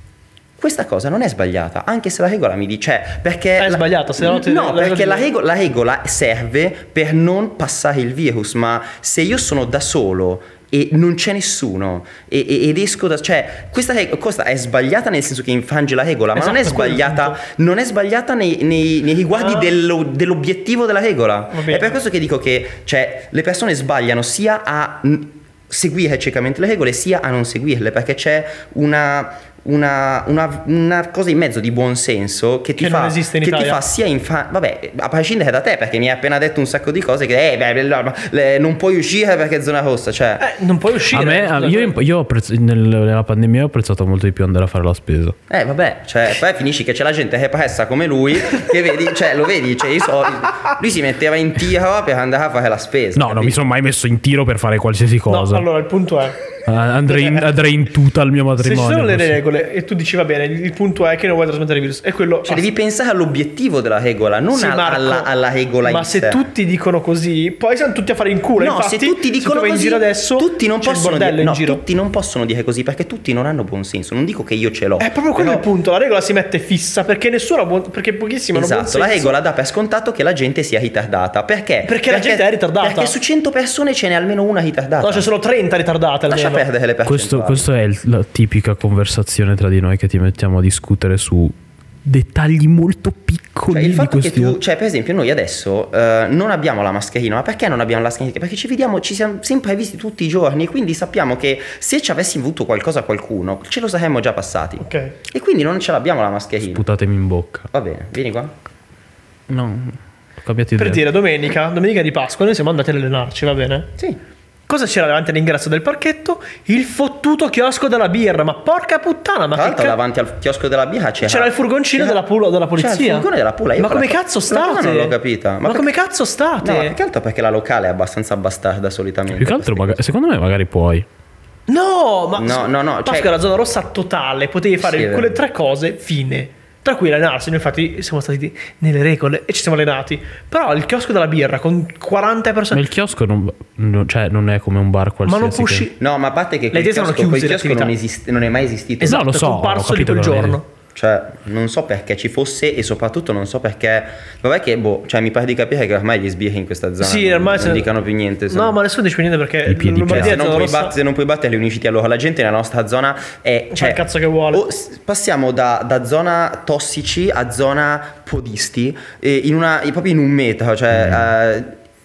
questa cosa non è sbagliata, anche se la regola mi dice perché è sbagliata, se no no, perché la regola serve per non passare il virus, ma se io sono da solo e non c'è nessuno ed esco da, cioè questa è sbagliata nel senso che infrange la regola, ma non è sbagliata nei riguardi dell'obiettivo della regola. È per questo che dico che cioè le persone sbagliano sia a seguire ciecamente le regole sia a non seguirle, perché c'è una cosa in mezzo di buon senso che ti fa sia vabbè, a prescindere da te, perché mi hai appena detto un sacco di cose che non puoi uscire perché è zona rossa, cioè non puoi uscire. Io nella pandemia ho apprezzato molto di più andare a fare la spesa. Vabbè, cioè poi finisci che c'è la gente che pressa come lui che vedi, cioè lo vedi, cioè lui si metteva in tiro per andare a fare la spesa. No, non mi sono mai messo in tiro per fare qualsiasi cosa. No, allora il punto è andrei in tuta al mio matrimonio. Se ci sono le regole e tu dici va bene, il punto è che non vuoi trasmettere il virus, è quello. Cioè devi pensare all'obiettivo della regola, non alla regola in sé. Ma se tutti dicono così, poi siamo tutti a fare in culo. No, infatti, se tutti dicono così, in giro adesso, tutti non possono dire, in giro. tutti non possono dire così perché tutti non hanno buon senso. Non dico che io ce l'ho. È proprio quello il punto. La regola si mette fissa perché nessuno ha perché pochissimi hanno buon senso. La regola dà per scontato che la gente sia ritardata. Perché la gente è ritardata. Perché su 100 persone ce n'è almeno una ritardata. No, ci sono 30 ritardate almeno. Lascia perdere le persone. Questa è la tipica conversazione tra di noi che ti mettiamo a discutere su dettagli molto piccoli. Cioè, il fatto che tu, cioè per esempio noi adesso non abbiamo la mascherina, ma perché non abbiamo la mascherina? Perché ci siamo sempre visti tutti i giorni, quindi sappiamo che se ci avessimo avuto qualcosa a qualcuno ce lo saremmo già passati. Ok. E quindi non ce l'abbiamo la mascherina. Sputatemi in bocca. Va bene, vieni qua. No, cambiate idea. Per dire, domenica di Pasqua noi siamo andati ad allenarci, va bene? Sì. Cosa c'era davanti all'ingresso del parchetto? Il fottuto chiosco della birra. Ma porca puttana, ma tra l'altro davanti al chiosco della birra c'era il furgoncino della polizia. C'era il furgone della pula. Ma come cazzo state? Non l'ho capita. Ma come cazzo state? No, più che altro perché la locale è abbastanza bastarda solitamente. Più che altro secondo me magari puoi. No, ma no, Pasqua è la zona rossa totale. Potevi fare quelle 3 cose, fine. Tra cui allenarsi, noi infatti siamo stati nelle regole e ci siamo allenati. Però il chiosco della birra con 40 persone. Ma il chiosco non è come un bar qualsiasi. Ma non può uscire. No, ma a parte che quel chiosco non è mai esistito. Esatto, lo so, è comparso di quel giorno. Cioè, non so perché ci fosse e soprattutto non so perché. Vabbè che, cioè mi pare di capire che ormai gli sbirri in questa zona non dicano più niente. No, ma nessuno dice più niente perché i piedi se non puoi battere, unisciti allora. La gente nella nostra zona è. Cioè, il cazzo che vuole. Passiamo da zona tossici a zona podisti proprio in un metro. Cioè.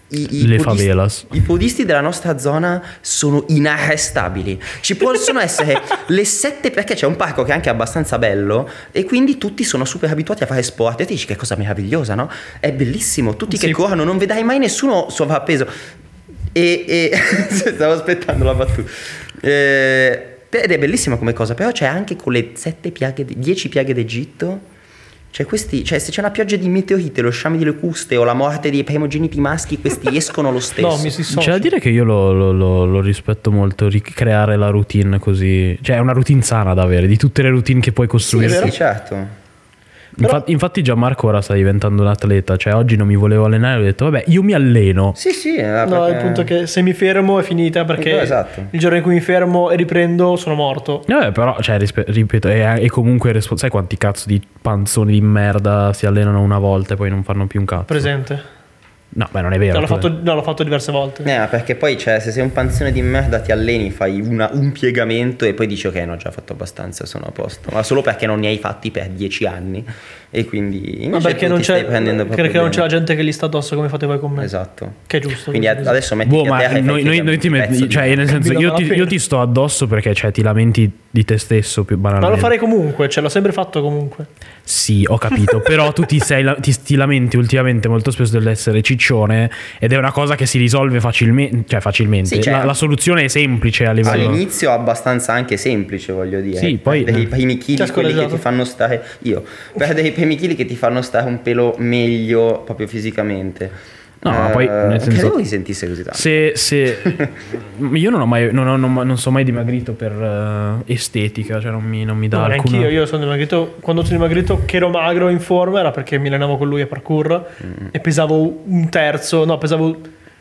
Le favelas. I podisti della nostra zona sono inarrestabili. Ci possono essere le 7, perché c'è un parco che è anche abbastanza bello e quindi tutti sono super abituati a fare sport e ti dici che cosa meravigliosa, no? È bellissimo, tutti che corrono, non vedrai mai nessuno sovrappeso. E stavo aspettando la battuta. Ed è bellissima come cosa, però c'è anche con le 10 piaghe d'Egitto. Cioè se c'è una pioggia di meteorite, lo sciame di locuste o la morte dei primogeniti maschi, questi escono lo stesso. No, mi si dissocio. C'è da dire che io lo rispetto molto, ricreare la routine così. Cioè è una routine sana da avere, di tutte le routine che puoi costruire. Sì, certo. Infatti Gianmarco ora sta diventando un atleta. Cioè oggi non mi volevo allenare, ho detto vabbè io mi alleno. Sì. No, il punto è che se mi fermo è finita, perché esatto. il giorno in cui mi fermo e riprendo sono morto. Però cioè, ripeto, è comunque sai quanti cazzo di panzoni di merda si allenano una volta e poi non fanno più un cazzo. Presente. No, beh, non è vero. L'ho fatto diverse volte. Perché poi se sei un panzone di merda ti alleni, fai un piegamento e poi dici ok, no, già fatto abbastanza, sono a posto. Ma solo perché non ne hai fatti per 10 anni e quindi ma perché non c'è, perché non c'è la gente che gli sta addosso come fate voi con me. Esatto. Che è giusto. Quindi adesso metti a terra e noi ti metti, cioè nel senso io ti sto addosso perché cioè ti lamenti di te stesso più banalmente. Ma lo farei comunque, l'ho sempre fatto comunque. Sì, ho capito, però tu ti lamenti ultimamente molto spesso dell'essere ciccione ed è una cosa che si risolve facilmente. Sì, la soluzione è semplice a livello. All'inizio abbastanza anche semplice, voglio dire. Sì, poi perdere i primi chili, quelli che ti fanno stare perdere i primi chili che ti fanno stare un pelo meglio proprio fisicamente. No, ma poi nel senso, credevo che sentisse così tanto. Se io non sono mai dimagrito per estetica, cioè non mi dà alcuna. Anch'io, io sono dimagrito. Quando sono dimagrito, che ero magro in forma, era perché mi allenavo con lui a parkour e pesavo un terzo. No, pesavo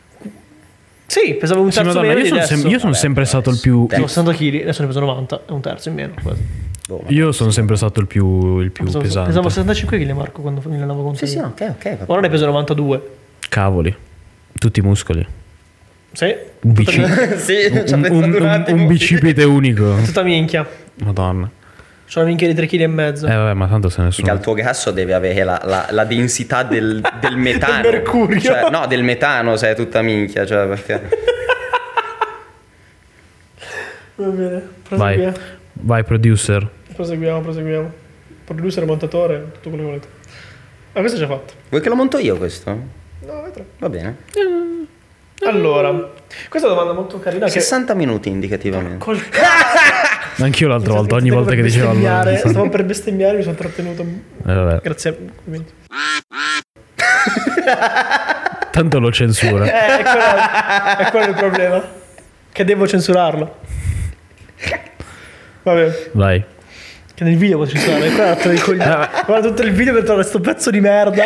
un terzo Madonna, meno. Io sono sempre stato il più. Sono 60 kg, adesso ne peso 90, è un terzo in meno quasi. Io sono sempre stato il più pesante. Pesavo 65 kg, Marco, quando mi allenavo con te. Sì, ok. Ora ne peso 92. Cavoli, tutti i muscoli. Sì. Un bicipite unico. Tutta minchia. Madonna. C'ho una minchia di 3,5 kg. Vabbè, ma tanto se ne sono. Che il tuo grasso deve avere la densità del metano. Del mercurio. Cioè, no, del metano, sei tutta minchia, cioè perché. Va bene, proseguiamo. Vai, producer. Proseguiamo. Producer, montatore, tutto quello che volete. Questo è già fatto. Vuoi che lo monto io questo? No, vedrò. Va bene. Allora, questa è una domanda molto carina. 60 minuti indicativamente. Col cazzo. Anch'io l'altra volta, ogni volta che dicevo stavo per bestemmiare, mi sono trattenuto. Vabbè. Grazie. Tanto lo censura. È quello il problema. Che devo censurarlo. Vabbè. Vai. Che nel video posso censurare. Guarda tutto il video per trovare sto pezzo di merda.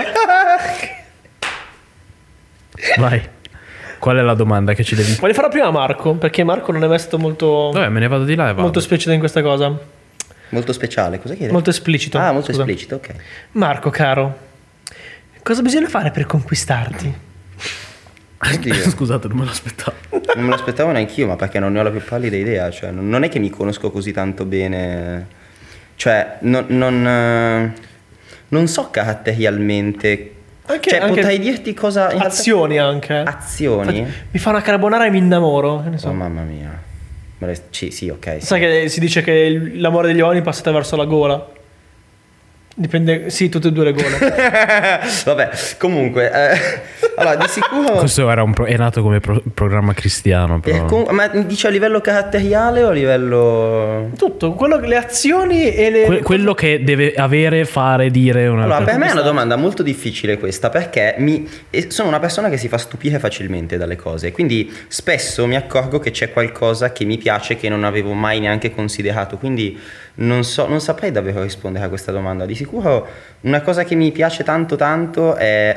Vai. Qual è la domanda che ci devi? Voglio farla prima a Marco, perché Marco non è mai stato molto. Vabbè, me ne vado di là e vado. Molto esplicito in questa cosa. Molto speciale, cosa chiedi? Molto esplicito. Ah, molto esplicito, ok. Marco, caro, cosa bisogna fare per conquistarti? Oddio. Scusate, non me l'aspettavo. Non me l'aspettavo neanch'io, ma perché non ne ho la più pallida idea. Cioè, non è che mi conosco così tanto bene. Cioè, non so caratterialmente. Potrei dirti cosa. Azioni anche. Azioni? Mi fa una carbonara e mi innamoro. Che ne so. Oh, mamma mia. Sì, ok. Sai che si dice che l'amore degli uomini passa attraverso la gola. Dipende, sì, tutte e due le gole. Vabbè, comunque, allora di sicuro. Questo è nato come programma cristiano, però. Ma dice a livello caratteriale o a livello. Tutto, le azioni e le. Quello che deve avere, fare, dire. Allora, per me è una domanda molto difficile questa, perché sono una persona che si fa stupire facilmente dalle cose. Quindi spesso mi accorgo che c'è qualcosa che mi piace che non avevo mai neanche considerato. Quindi non saprei davvero rispondere a questa domanda. Di sicuro una cosa che mi piace tanto è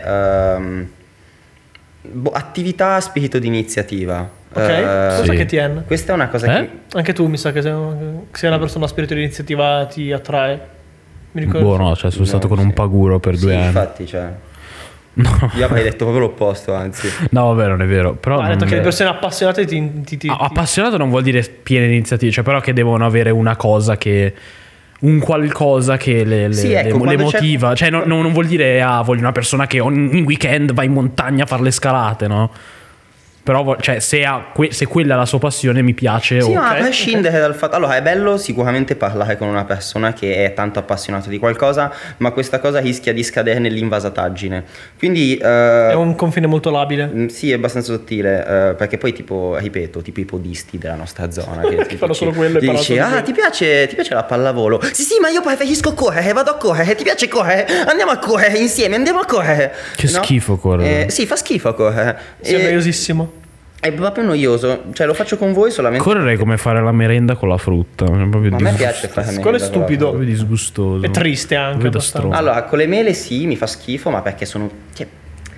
attività, spirito di iniziativa. Ok, cosa che ti è? Questa è una cosa che anche tu mi sa che sei una persona a spirito di iniziativa, ti attrae. Mi ricordo. Buono, cioè sono stato con un paguro per 2 anni. Infatti, cioè. No. Io avrei detto proprio l'opposto, anzi. No, vabbè, non è vero. Però ha detto che le persone appassionate ti. Appassionato non vuol dire piena iniziativa, cioè però che devono avere una cosa che un qualcosa che le ecco, le quando motiva. Cioè non vuol dire voglio una persona che ogni weekend va in montagna a fare le scalate, no? Però cioè, se quella è la sua passione mi piace. Sì, ok. ma a prescindere dal fatto... Allora, è bello sicuramente parlare con una persona che è tanto appassionata di qualcosa, ma questa cosa rischia di scadere nell'invasataggine. Quindi... È un confine molto labile. Sì, è abbastanza sottile, perché poi tipo, ripeto, tipo i podisti della nostra zona che fanno solo quello e ti parlano dici, solo di ti piace la pallavolo? Sì, ma io preferisco correre, vado a correre, ti piace correre? Andiamo a correre insieme, andiamo a correre. Che schifo correre. Sì, fa schifo correre. Sì, è noiosissimo. È proprio noioso, cioè lo faccio con voi solamente... Correre è come fare la merenda con la frutta. È proprio Ma a me piace fare Quello è stupido. proprio disgustoso. È triste anche. Vedo abbastanza. stronzo. Allora, con le mele sì, mi fa schifo, ma perché sono... Cioè...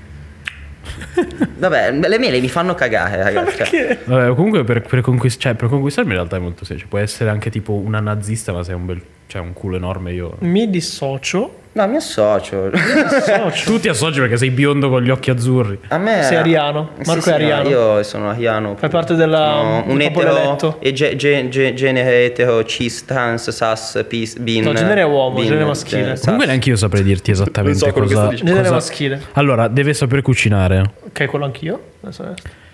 Vabbè, le mele mi fanno cagare, ragazzi. Perché? Vabbè, comunque per conquistarmi in realtà è molto semplice. Puoi essere anche tipo una nazista, ma sei un culo enorme. Io Mi dissocio. No, mi associo. tu ti associ perché sei biondo con gli occhi azzurri. A me... Sei ariano. Marco è ariano. No, io sono ariano. Fai parte della un del popolo etero eletto. e genere etero, cis, trans, sas, bin. No, genere uomo, genere maschile. Comunque neanche io saprei dirti esattamente Non so quello che cosa, sto dicendo. Genere cosa- maschile. Allora, deve saper cucinare. Ok, quello anch'io. Adesso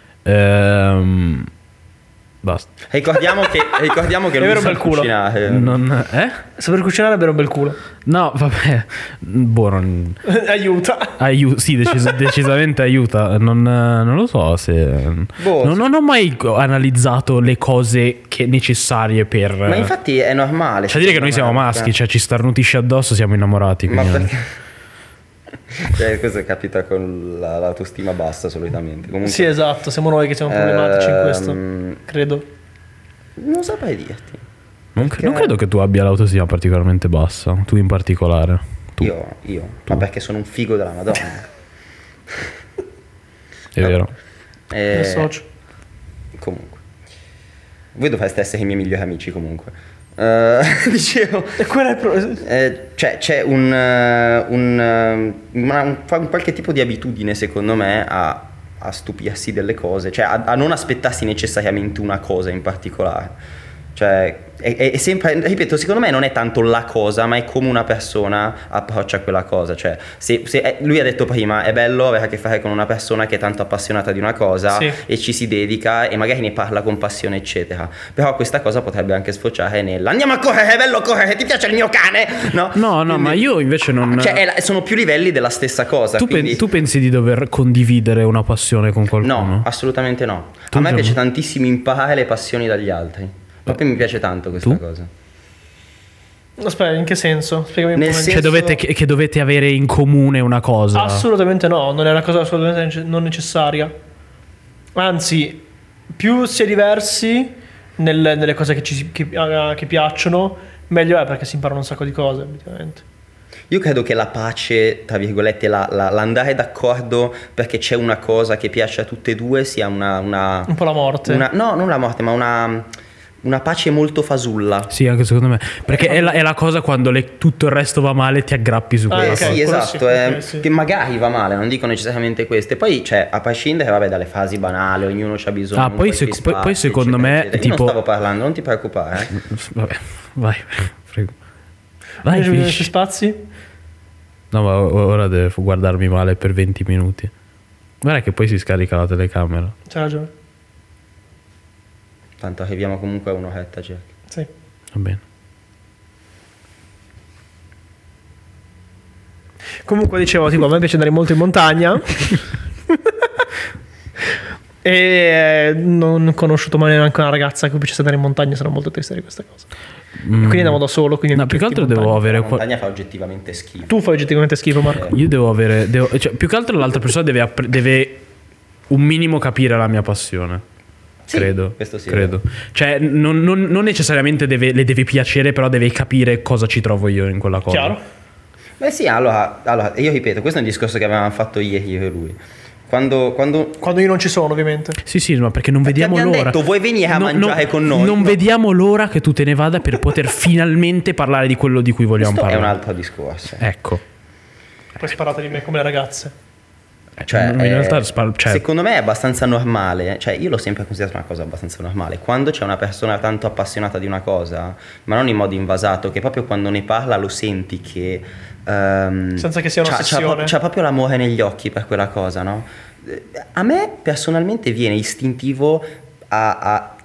Basta. Ricordiamo che È lui vero, sa bel culo. cucinare. Non, saper cucinare è bere un bel culo. No, vabbè. Boh, Aiuta. sì, decisamente aiuta. Non lo so se. Boh, non ho mai analizzato le cose necessarie per. Ma infatti è normale. Cioè, dire che noi siamo maschi, cioè ci starnutisce addosso, siamo innamorati. Ma Quindi perché? Cioè, questo capita con l'autostima bassa solitamente. Comunque, Sì, esatto, siamo noi che siamo problematici in questo. Credo. Non saprei dirti. non credo che tu abbia l'autostima particolarmente bassa. Tu in particolare. Tu. Io. Ma perché sono un figo della Madonna. È vero. Mi associo. Comunque. Voi dovreste essere i miei migliori amici comunque. Dicevo... E quello è il problema. Cioè c'è un qualche tipo di abitudine secondo me a stupirsi delle cose, cioè a non aspettarsi necessariamente una cosa in particolare. Cioè è sempre, ripeto, secondo me non è tanto la cosa, ma è come una persona approccia quella cosa. Cioè se lui ha detto prima è bello avere a che fare con una persona che è tanto appassionata di una cosa, sì, e ci si dedica e magari ne parla con passione eccetera. Però questa cosa potrebbe anche sfociare nel andiamo a correre, è bello correre, ti piace il mio cane? No, No, ma io invece non. cioè sono più livelli della stessa cosa. Tu pensi di dover condividere una passione con qualcuno? No, assolutamente no. Tu A me già- piace tantissimo imparare le passioni dagli altri. Proprio mi piace tanto questa Tu? cosa. Aspetta, in che senso? Spiegami un Nel po'. senso- Che dovete avere in comune una cosa. Assolutamente no, non è una cosa assolutamente non necessaria. Anzi, più si è diversi nelle cose che piacciono, meglio è, perché si imparano un sacco di cose, effettivamente. Io credo che la pace, tra virgolette, l'andare d'accordo perché c'è una cosa che piace a tutte e due sia una Un po' la morte. no, non la morte, ma una pace molto fasulla. Sì, anche secondo me. Perché è la cosa quando tutto il resto va male, ti aggrappi su quella ok. cosa. Sì, quello esatto, sì, ok, sì. che magari va male, non dico necessariamente queste. Poi, cioè, a prescindere, vabbè, dalle fasi banali, ognuno c'ha bisogno. Ah, di poi qualche poi spazio, secondo eccetera, me, eccetera. Io tipo- non stavo parlando, non ti preoccupare. Vabbè, vai, prego. Vai, Invece finisci. spazi? No, ma ora devo guardarmi male per 20 minuti. Guarda che poi si scarica la telecamera. C'ha ragione. Tanto arriviamo comunque a un'oretta, Jack. Sì. Va bene. Comunque dicevo, tipo, a me piace andare molto in montagna. E non ho conosciuto mai neanche una ragazza che piace andare in montagna, sono molto triste di questa cosa. E quindi andavo da solo, quindi No, più che altro in devo montagna. avere La montagna fa oggettivamente schifo. Tu fai oggettivamente schifo, Marco. Io devo avere cioè, più che altro l'altra persona deve un minimo capire la mia passione. Sì, credo. questo sì. Credo. Cioè, non necessariamente le deve piacere, però deve capire cosa ci trovo io in quella cosa. Chiaro? Beh sì, allora, io ripeto, questo è un discorso che avevamo fatto ieri io e lui. Quando Quando io non ci sono, ovviamente. Sì, ma perché non vediamo abbiamo l'ora. detto, vuoi venire a mangiare con noi? Non No. vediamo l'ora che tu te ne vada per poter finalmente parlare di quello di cui vogliamo questo è parlare. un altro discorso. Ecco. Poi sparate di me come le ragazze. Cioè, in realtà secondo me è abbastanza normale, cioè io l'ho sempre considerato una cosa abbastanza normale, quando c'è una persona tanto appassionata di una cosa, ma non in modo invasato, che proprio quando ne parla lo senti che senza che sia un'ossessione, c'ha proprio l'amore negli occhi per quella cosa, no? A me personalmente viene istintivo a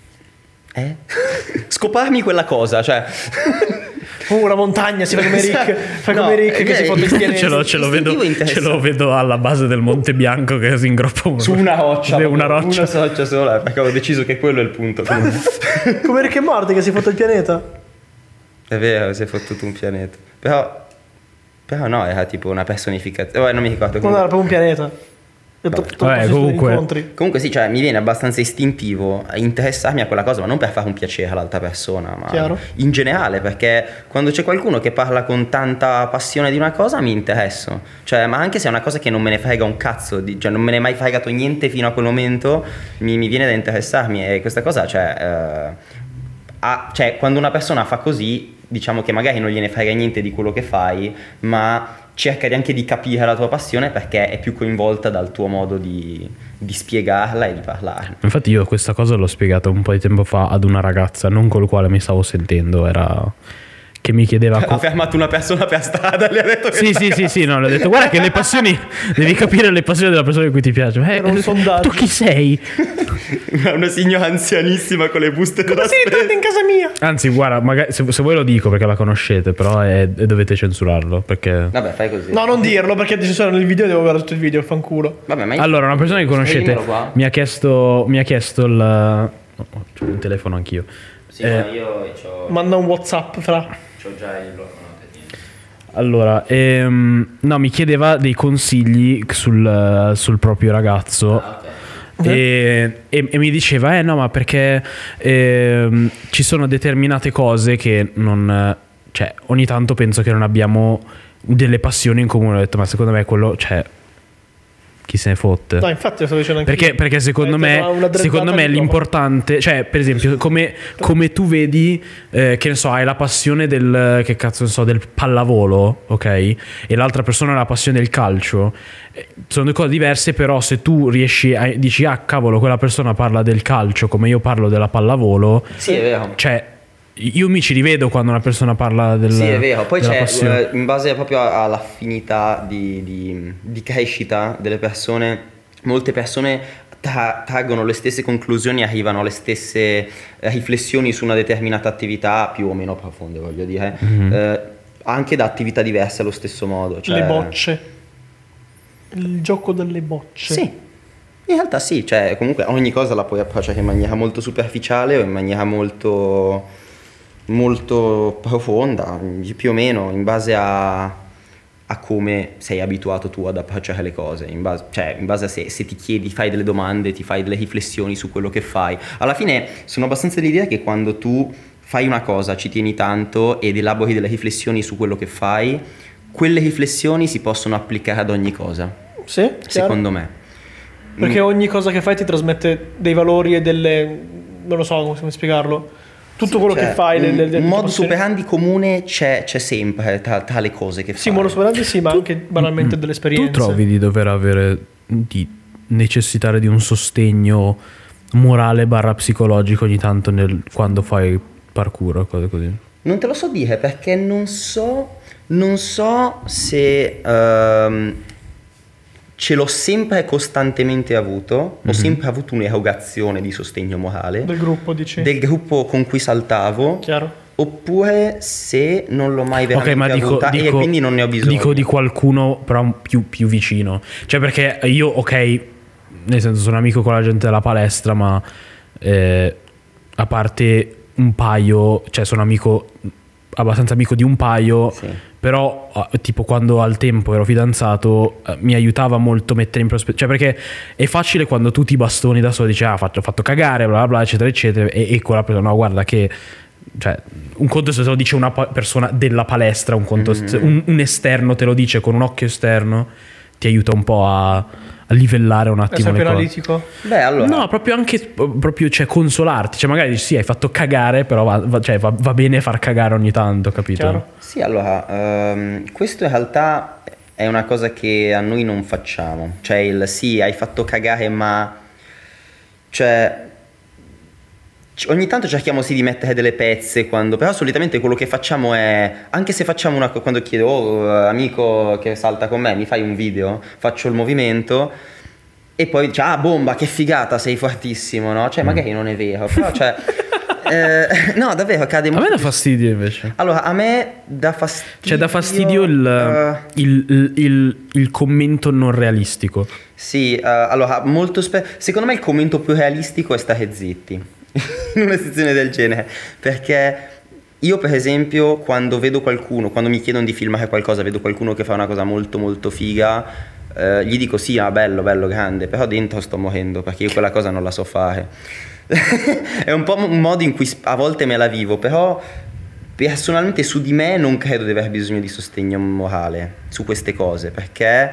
scoparmi quella cosa, cioè una montagna, si fa come Rick, come Rick che si fotte il pianeta. ce lo vedo alla base del Monte Bianco che si ingroppa su una roccia, una roccia sola, perché ho deciso che quello è il punto. Come Rick e Morty che si fotte il pianeta. È vero, si è fottuto un pianeta, però no, era tipo una personificazione, non mi ricordo. Non era proprio un pianeta. Comunque sì, cioè mi viene abbastanza istintivo interessarmi a quella cosa, ma non per fare un piacere all'altra persona, ma chiaro, in generale, perché quando c'è qualcuno che parla con tanta passione di una cosa mi interesso, cioè, ma anche se è una cosa che non me ne frega un cazzo, cioè non me ne è mai fregato niente fino a quel momento, mi viene da interessarmi, e questa cosa, cioè quando una persona fa così, diciamo che magari non gliene frega niente di quello che fai, ma cerca anche di capire la tua passione perché è più coinvolta dal tuo modo di spiegarla e di parlarne. Infatti io questa cosa l'ho spiegata un po' di tempo fa ad una ragazza, non col quale mi stavo sentendo, era che mi chiedeva ha fermato una persona per strada, le ha detto sì, no, le ho detto guarda che le passioni, devi capire le passioni della persona di cui ti piace. Era un sondaggio. Tu chi sei? Una signora anzianissima con le buste della spesa. Sei entrata in casa mia? Anzi, guarda, magari se voi lo dico perché la conoscete, però dovete censurarlo perché... Vabbè, fai così. No, non dirlo perché ti censurano il video e devo guardare tutto il video, fanculo. Vabbè, ma allora, una persona che conoscete mi ha chiesto il... No, c'ho un telefono anch'io. Sì, ma io c'ho... Manda un WhatsApp fra... C'ho già il blocco. Allora, no, mi chiedeva dei consigli sul proprio ragazzo. Ah, ok. E mi diceva no, ma perché ci sono determinate cose che non, cioè ogni tanto penso che non abbiamo delle passioni in comune. Ho detto ma secondo me quello, cioè chi se ne fotte. No, infatti lo sto dicendo anche perché secondo me l'importante, cioè per esempio come tu vedi che ne so, hai la passione del che cazzo ne so del pallavolo, ok, e l'altra persona ha la passione del calcio, sono due cose diverse, però se tu riesci dici cavolo, quella persona parla del calcio come io parlo della pallavolo, sì, è vero, cioè io mi ci rivedo quando una persona parla del... Sì, è vero. Poi c'è, passione. In base proprio all'affinità di crescita delle persone, molte persone traggono le stesse conclusioni, arrivano alle stesse riflessioni su una determinata attività più o meno profonde, voglio dire, anche da attività diverse allo stesso modo. Cioè... Le bocce. Il gioco delle bocce. Sì. In realtà sì, cioè comunque ogni cosa la puoi approcciare in maniera molto superficiale o in maniera molto profonda, più o meno in base a come sei abituato tu ad approcciare le cose, in base a se ti chiedi, fai delle domande, ti fai delle riflessioni su quello che fai. Alla fine sono abbastanza dell'idea che quando tu fai una cosa, ci tieni tanto ed elabori delle riflessioni su quello che fai, quelle riflessioni si possono applicare ad ogni cosa. Sì, secondo me. Perché ogni cosa che fai ti trasmette dei valori e delle... non lo so come spiegarlo. Tutto quello che fai... Un modus operandi comune c'è sempre tra le cose che fai. Sì, modus operandi sì, ma anche banalmente delle esperienze. Tu trovi di dover avere... di necessitare di un sostegno morale / psicologico ogni tanto quando fai parkour o cose così? Non te lo so dire perché non so se... ce l'ho sempre costantemente avuto, ho sempre avuto un'erogazione di sostegno morale del gruppo, dici? Del gruppo con cui saltavo. Chiaro. Oppure se non l'ho mai veramente avuta e quindi non ne ho bisogno. Dico di qualcuno però più vicino, cioè perché io nel senso sono amico con la gente della palestra, ma a parte un paio, cioè sono abbastanza amico di un paio, sì. Però tipo quando al tempo ero fidanzato mi aiutava molto mettere in prospettiva, cioè perché è facile quando tu ti bastoni da solo, dici ho fatto cagare bla bla bla eccetera eccetera, e quella persona no guarda che, cioè un conto se te lo dice una persona della palestra, un conto un esterno te lo dice con un occhio esterno, ti aiuta un po' a livellare un attimo le cose. Analitico? Beh, allora. No, proprio cioè consolarti, cioè magari dici sì hai fatto cagare, però va bene far cagare ogni tanto, capito? Chiaro. Sì, allora questo in realtà è una cosa che a noi non facciamo. Cioè il sì, hai fatto cagare, ma cioè ogni tanto cerchiamo sì di mettere delle pezze però solitamente quello che facciamo è, anche se facciamo quando chiedo amico che salta con me, mi fai un video, faccio il movimento e poi dice bomba, che figata, sei fortissimo, no? Cioè magari non è vero, però cioè no, davvero accade molto. A me dà fastidio invece. Allora, a me dà fastidio. Cioè dà fastidio il commento non realistico. Sì, allora molto secondo me il commento più realistico è stare zitti in una situazione del genere, perché io per esempio quando vedo qualcuno, quando mi chiedono di filmare qualcosa, vedo qualcuno che fa una cosa molto molto figa, gli dico sì, bello, grande, però dentro sto morendo perché io quella cosa non la so fare. È un po' un modo in cui a volte me la vivo, però personalmente su di me non credo di aver bisogno di sostegno morale su queste cose, perché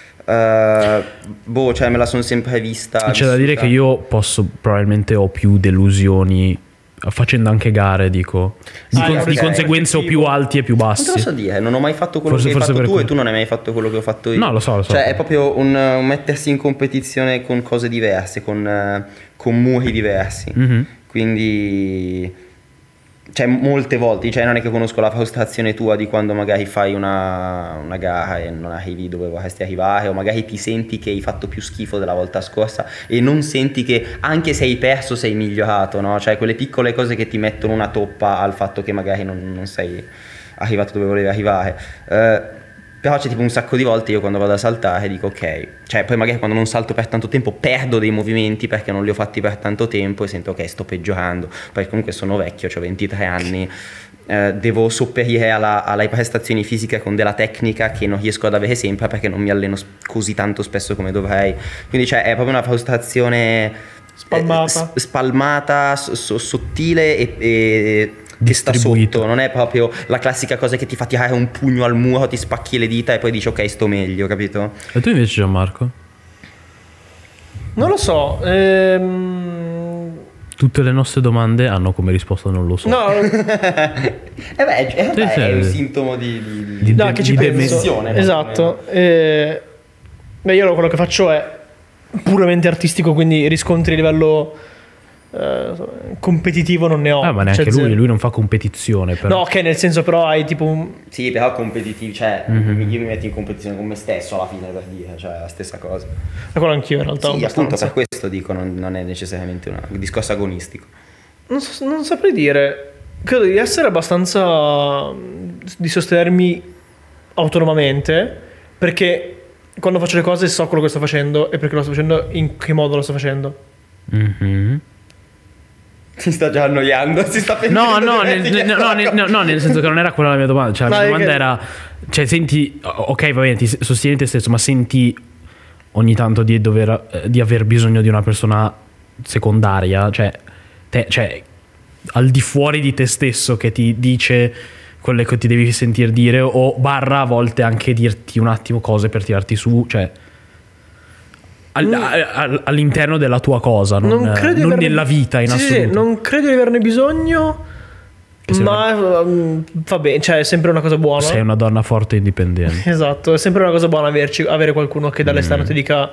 cioè me la sono sempre vista. C'è da dire che io probabilmente ho più delusioni facendo anche gare, dico di conseguenze ho più alti e più bassi. Non te lo so dire, non ho mai fatto quello che hai fatto tu e tu non hai mai fatto quello che ho fatto io. No, lo so. Cioè è proprio un mettersi in competizione con cose diverse, con muri diversi. Mm-hmm. Quindi cioè molte volte, cioè non è che conosco la frustrazione tua di quando magari fai una gara e non arrivi dove vorresti arrivare, o magari ti senti che hai fatto più schifo della volta scorsa e non senti che anche se hai perso sei migliorato, no? Cioè quelle piccole cose che ti mettono una toppa al fatto che magari non sei arrivato dove volevi arrivare. Però c'è tipo un sacco di volte io quando vado a saltare dico ok, cioè poi magari quando non salto per tanto tempo perdo dei movimenti perché non li ho fatti per tanto tempo e sento ok, sto peggiorando, poi comunque sono vecchio, ho 23 anni, devo sopperire alle prestazioni fisiche con della tecnica che non riesco ad avere sempre perché non mi alleno così tanto spesso come dovrei, quindi cioè è proprio una frustrazione spalmata, sottile e che sta sotto, non è proprio la classica cosa che ti fa tirare un pugno al muro, ti spacchi le dita e poi dici ok, sto meglio, capito? E tu invece, Gianmarco? Non lo so. Tutte le nostre domande hanno come risposta non lo so. No. È un sintomo di che ci demenzione. Esatto. Io quello che faccio è puramente artistico, quindi riscontri a livello competitivo non ne ho. Ma neanche lui non fa competizione però. No, ok, nel senso però hai tipo Sì, però competitivi, cioè io mi metto in competizione con me stesso alla fine, per dire, cioè è la stessa cosa. E quello anch'io in realtà. Sì, appunto per questo dico, non è necessariamente un discorso agonistico. Non saprei dire. Credo di essere abbastanza di sostenermi autonomamente, perché quando faccio le cose so quello che sto facendo e perché lo sto facendo, in che modo lo sto facendo. Mm-hmm. Si sta già annoiando, si sta pensando. No, nel senso che non era quella la mia domanda. Cioè, la mia domanda era: cioè, senti, ok, va bene, ti sostieni te stesso, ma senti ogni tanto di aver bisogno di una persona secondaria, cioè al di fuori di te stesso che ti dice quelle che ti devi sentir dire, o barra a volte anche dirti un attimo cose per tirarti su, cioè all'interno della tua cosa, non nella vita in assoluto. Sì, non credo di averne bisogno, ma va bene, cioè è sempre una cosa buona. Sei una donna forte e indipendente. Esatto, è sempre una cosa buona avere qualcuno che dall'esterno ti dica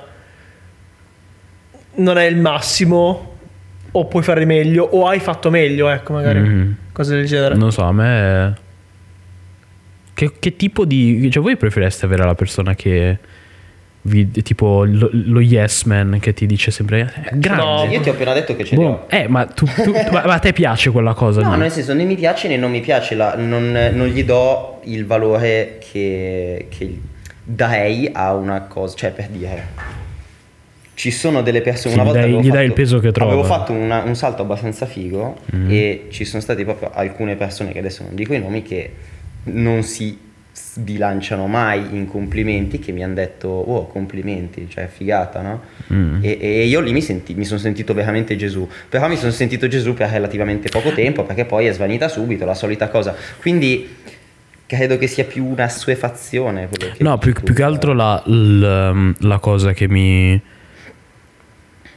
non è il massimo, o puoi fare meglio, o hai fatto meglio, ecco, magari cose del genere. Non so, a me che tipo di, cioè voi preferiste avere la persona che tipo lo yes man che ti dice sempre grande. No, io ti ho appena detto che ce li ho. Ma ma a te piace quella cosa? No, nel senso né mi piace né non mi piace, non gli do il valore che darei a una cosa, cioè per dire ci sono delle persone, sì, una volta gli dai il peso che trova. Avevo fatto un salto abbastanza figo e ci sono state proprio alcune persone che adesso non dico i nomi che non si sbilanciano mai in complimenti, che mi hanno detto oh complimenti, cioè figata, no? E io lì mi sono sentito veramente Gesù, però mi sono sentito Gesù per relativamente poco tempo perché poi è svanita subito, la solita cosa, quindi credo che sia più una assuefazione quello che no, più che altro la cosa che mi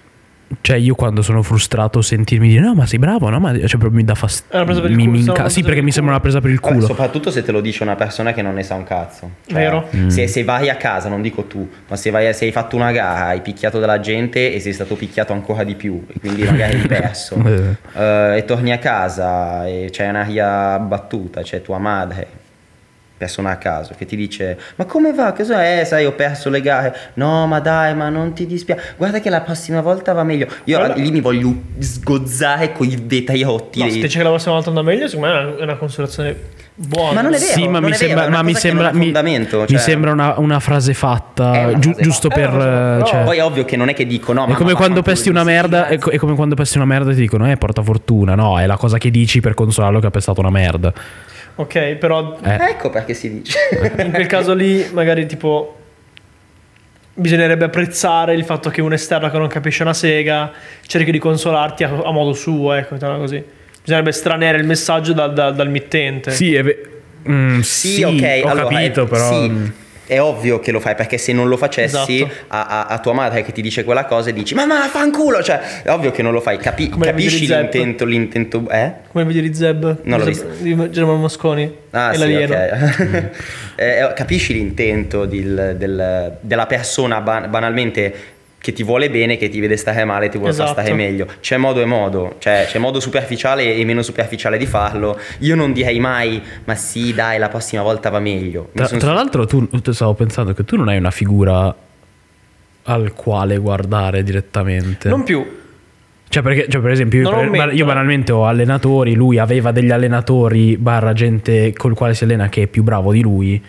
Cioè io quando sono frustrato sentirmi dire no ma sei bravo, no ma cioè proprio mi dà fastidio. È una presa per il culo, Sì, perché mi sembra una presa per il Vabbè, culo. soprattutto se te lo dice una persona che non ne sa un cazzo. Cioè, Vero. se vai a casa, non dico tu, ma se hai fatto una gara, hai picchiato della gente e sei stato picchiato ancora di più, e quindi magari hai perso, e torni a casa e c'è un'aria battuta, c'è tua madre, persona a caso, che ti dice ma come va, che sai, ho perso le gare, no ma dai, ma non ti dispiace, guarda che la prossima volta va meglio. Io Allora, lì mi voglio sgozzare coi vetairotti. No, se dice che la prossima volta andrà meglio, secondo me è una consolazione buona. Ma non è vero, Sì, ma non mi è vero, sembra, è una ma mi cosa che non sembra, ha fondamento, mi cioè. sembra una frase fatta, È una frase giusto fatta. per. Cioè, Poi è ovvio che non è che dico no, è come quando pesti una merda, è come quando pesti una merda e ti dicono porta fortuna, no, è la cosa che dici per consolarlo che ha pestato una merda. Ok, però Ecco perché si dice. in quel caso lì magari tipo bisognerebbe apprezzare il fatto che un esterno che non capisce una sega cerchi di consolarti a modo suo, ecco, mettiamola così. Bisognerebbe estraniare il messaggio dal mittente. Sì, Sì, ok, ho allora, capito, però. sì, è ovvio che lo fai, perché se non lo facessi Esatto. a tua madre che ti dice quella cosa e dici ma fanculo, cioè è ovvio che non lo fai. Come Capisci il video di l'intento Come il video di Zeb Non l'ho visto. di Germano Mosconi Ah e sì, l'alieno. ok. Capisci l'intento della persona banalmente che ti vuole bene, che ti vede stare male, ti vuole far Esatto. stare meglio. C'è modo e modo, cioè c'è modo superficiale e meno superficiale di farlo. Io non direi mai ma sì dai, la prossima volta va meglio. Tra l'altro tu stavo pensando che tu non hai una figura al quale guardare direttamente. Non più. Cioè, per esempio, Non lo metto. io banalmente ho allenatori, lui aveva degli allenatori barra gente col quale si allena che è più bravo di lui.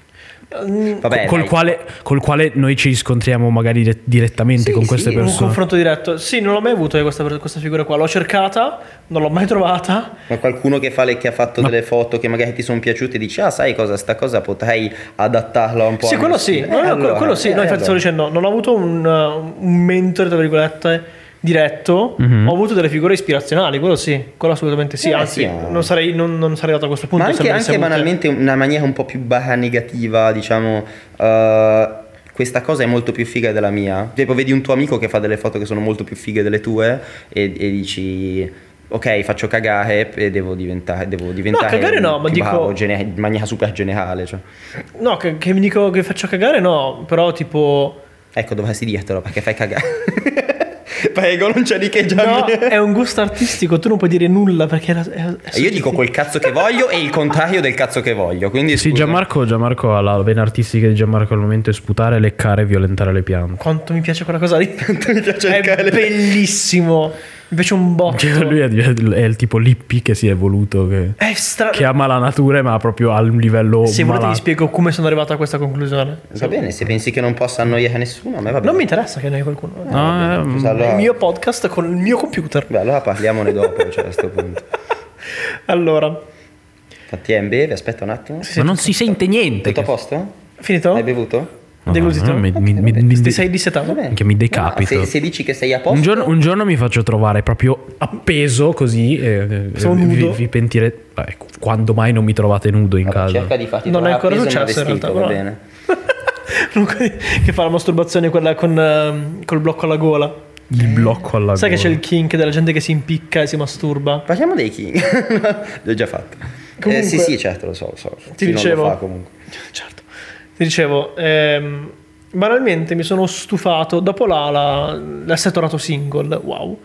Vabbè, col quale noi ci riscontriamo magari direttamente con queste Un persone. confronto diretto. Sì, non l'ho mai avuto io questa figura qua. L'ho cercata, non l'ho mai trovata. ma qualcuno che ha fatto delle foto che magari ti sono piaciute e dici sai cosa, sta cosa potrei adattarla un po'. Sì, al quello mio sì. stile. No, Allora, quello sì. No, infatti stavo dicendo, non ho avuto un mentore, tra virgolette, diretto. Ho avuto delle figure ispirazionali, quello sì. Quello assolutamente sì. Anzi, sì, ma- non sarei andato a questo punto. Ma se non anche avessi avute- banalmente una maniera un po' più barra negativa, diciamo, questa cosa è molto più figa della mia. Tipo vedi un tuo amico che fa delle foto che sono molto più fighe delle tue e dici ok, faccio cagare e devo diventare cagare no, ma più dico- bravo, in maniera super generale, cioè. No, che mi dico che faccio cagare, no. Però tipo... Ecco, dovresti dirtelo perché fai cagare. Prego, non c'è di che già. No, è un gusto artistico, tu non puoi dire nulla perché Io dico quel cazzo che voglio e il contrario del cazzo che voglio. Quindi Sì, scusa. Gianmarco ha la vena artistica di Gianmarco al momento è sputare, leccare e violentare le piante. Quanto mi piace quella cosa lì. mi piace il È cane. bellissimo. Mi piace un botto. Cioè, lui è il tipo l'hippie che si è evoluto, che ama la natura ma proprio a un livello Se volete vi malato. spiego come sono arrivato a questa conclusione. Va bene, se pensi che non possa annoiare nessuno, a me va bene. Non mi interessa che ne hai qualcuno. No, Scusa, allora, È il mio podcast con il mio computer. beh, allora parliamone dopo, cioè, a questo punto. Allora, Infatti è in beve, aspetta un attimo. ma non si sente niente. Tutto a posto? finito? Hai bevuto? Deglutito? Ti sei dissetato? Va bene. Che mi decapito. No, se dici che sei a posto. Un giorno mi faccio trovare proprio appeso così Sono nudo. vi pentire. Ecco, quando mai non mi trovate nudo in Vabbè, casa? cerca di farti Non è trovare ancora appeso nel successo, in vestito, realtà, va però. bene. Che fa la masturbazione quella col blocco alla gola. Il blocco alla Sai che gola. c'è il kink della gente che si impicca e si masturba? Parliamo dei king. L'ho già fatto. Comunque- sì, certo, lo so. Ti Chi dicevo. non lo fa comunque. Certo. Ti dicevo, banalmente mi sono stufato dopo l'essere tornato single, wow.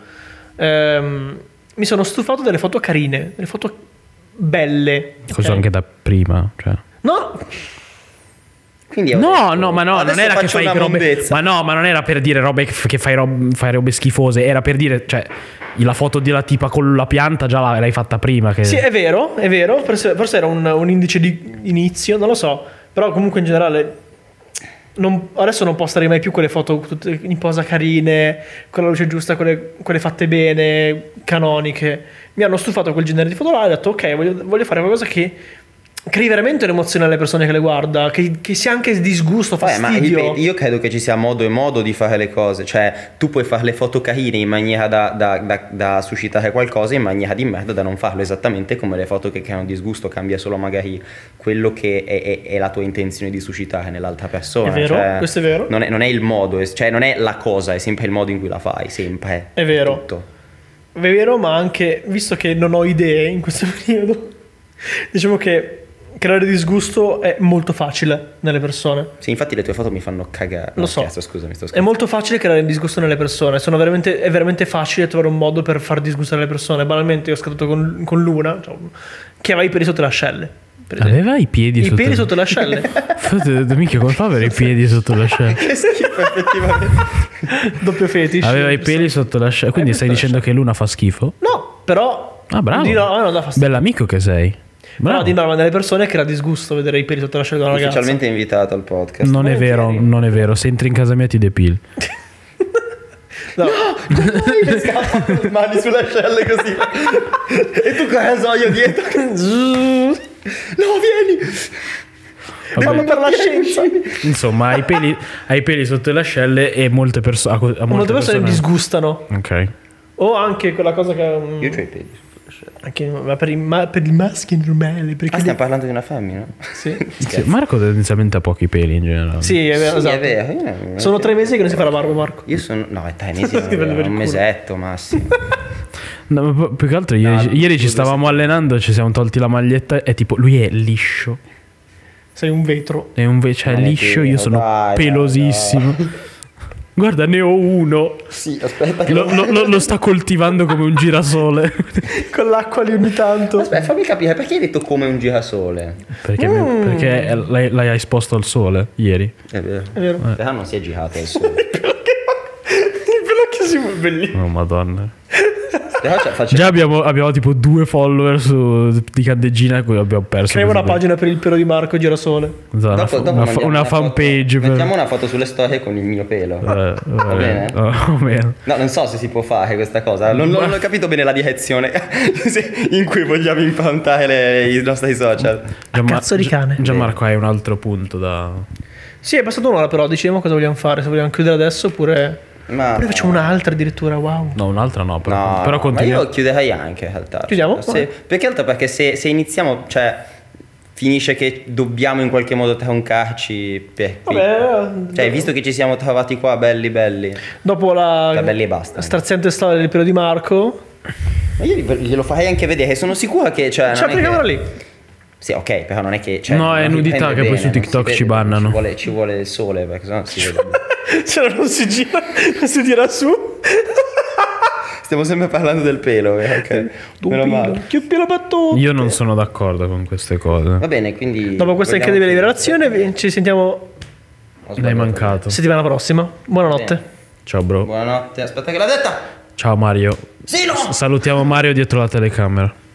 Mi sono stufato delle foto carine, delle foto belle. Cosa ok? anche da prima, cioè. No, Quindi ho No, detto, no, ma no, adesso non era che faccio fai una robe. mondezza. Ma no, ma non era per dire robe che fai robe schifose, era per dire, cioè, la foto della tipa con la pianta già l'hai fatta prima. Che... sì, è vero, forse era un indice di inizio, non lo so, però comunque in generale adesso non posterei mai più quelle foto tutte in posa carine, con la luce giusta, quelle fatte bene, canoniche. Mi hanno stufato quel genere di foto là e ho detto ok, voglio fare qualcosa che crei veramente un'emozione alle persone che le guarda, che sia anche disgusto, Ma fastidio. io credo che ci sia modo e modo di fare le cose. Cioè, tu puoi fare le foto carine in maniera da suscitare qualcosa, in maniera di merda da non farlo. Esattamente come le foto che creano disgusto. Cambia solo magari quello che è la tua intenzione di suscitare nell'altra persona. È vero, cioè, questo è vero. Non è il modo, cioè non è la cosa, è sempre il modo in cui la fai, sempre. È vero. Tutto. È vero, ma anche, visto che non ho idee in questo periodo, diciamo che creare disgusto è molto facile nelle persone. Sì, infatti le tue foto mi fanno cagare. Lo so. Scherzo, scusami, sto È scherzando. molto facile creare disgusto nelle persone. È veramente facile trovare un modo per far disgustare le persone. Banalmente, io ho scattato con Luna, cioè, che aveva i peli sotto le ascelle. Per esempio. Aveva i piedi I peli sotto le ascelle. Mica come fa ad avere i piedi sotto l'ascella? Che schifo, effettivamente. Doppio fetish. Aveva i peli sotto l'ascella. Quindi stai dicendo che Luna fa schifo? No, però. Ah, bravo. Di no, non dà fastidio. Bell'amico che sei. Però Bravo. di norma nelle persone crea disgusto vedere i peli sotto l'ascella di una ragazza. Ufficialmente invitato al podcast. Non è vero, non è vero. Se entri in casa mia ti depili. No. Le mani sulle ascelle così. E tu con il rasoio dietro. No, vieni. Fammi per la scienza. Insomma, hai peli sotto le ascelle e molte persone. Molte persone disgustano. Ok. O anche quella cosa che. Io c'ho i piedi. Anche, ma per i maschi è normale. Perché Stiamo parlando di una femmina? sì. Sì, Marco tendenzialmente ha pochi peli in generale. Sì, è vero. Sì, esatto. è vero. Io non- Sono 3 mesi che non si fa la barba, Marco. Io sono... No, è 3 mesi, Ti prendo per il un culo. mesetto massimo. No, ma più che altro ieri ci stavamo allenando, ci siamo tolti la maglietta e tipo lui è liscio. Sei un vetro. E invece è Non è liscio, vero, io sono dai, pelosissimo. Guarda, ne ho uno. Sì, aspetta. che Lo sta coltivando come un girasole. Con l'acqua lì ogni tanto. Aspetta, fammi capire, perché hai detto come un girasole? Perché l'hai esposto al sole ieri. È vero. È vero. In realtà non si è girato al sole. Il pelocchio si muove bellissimo. Oh madonna. Però cioè, faccio... Già abbiamo tipo 2 follower di Candeggina a cui abbiamo perso. Creiamo una così. pagina per il pelo di Marco Girasole. Esatto, Dopo mandiamo una foto- fanpage. Mettiamo una foto sulle storie con il mio pelo. Va bene? Va bene. No, non so se si può fare questa cosa. Non ho capito bene la direzione in cui vogliamo improntare i nostri social. Cazzo di cane. Gianmarco, hai un altro punto da... Sì, è passata un'ora però, diciamo cosa vogliamo fare. Se vogliamo chiudere adesso oppure facciamo un'altra addirittura, wow. No, un'altra no, però, No, però ma continua. io chiuderei anche in realtà. Chiudiamo? Più che altro perché se iniziamo, cioè finisce che dobbiamo in qualche modo troncarci per qui. Vabbè, Cioè, visto che ci siamo trovati qua belli. dopo la Cioè, belli e basta. straziante storia del pelo di Marco, Ma io glielo farei anche vedere, sono sicuro che cioè, ci non è applichiamo che... lì. Sì, ok, però non è che cioè, No, è non nudità dipende che poi bene, su non si TikTok vede, ci bannano. Ci vuole il sole, perché sennò si vede. Se no non si gira, non si tira su. Stiamo sempre parlando del pelo, ok. Meno male. Che pelo battuto. Io non sono d'accordo con queste cose. Va bene, quindi Dopo questa vogliamo incredibile chiudere? rivelazione ci sentiamo Ho L'hai sbagliato. mancato. settimana prossima. Buonanotte. Bene. Ciao bro. Buonanotte, aspetta che l'ha detta. Ciao Mario. Sì, no! Salutiamo Mario dietro la telecamera.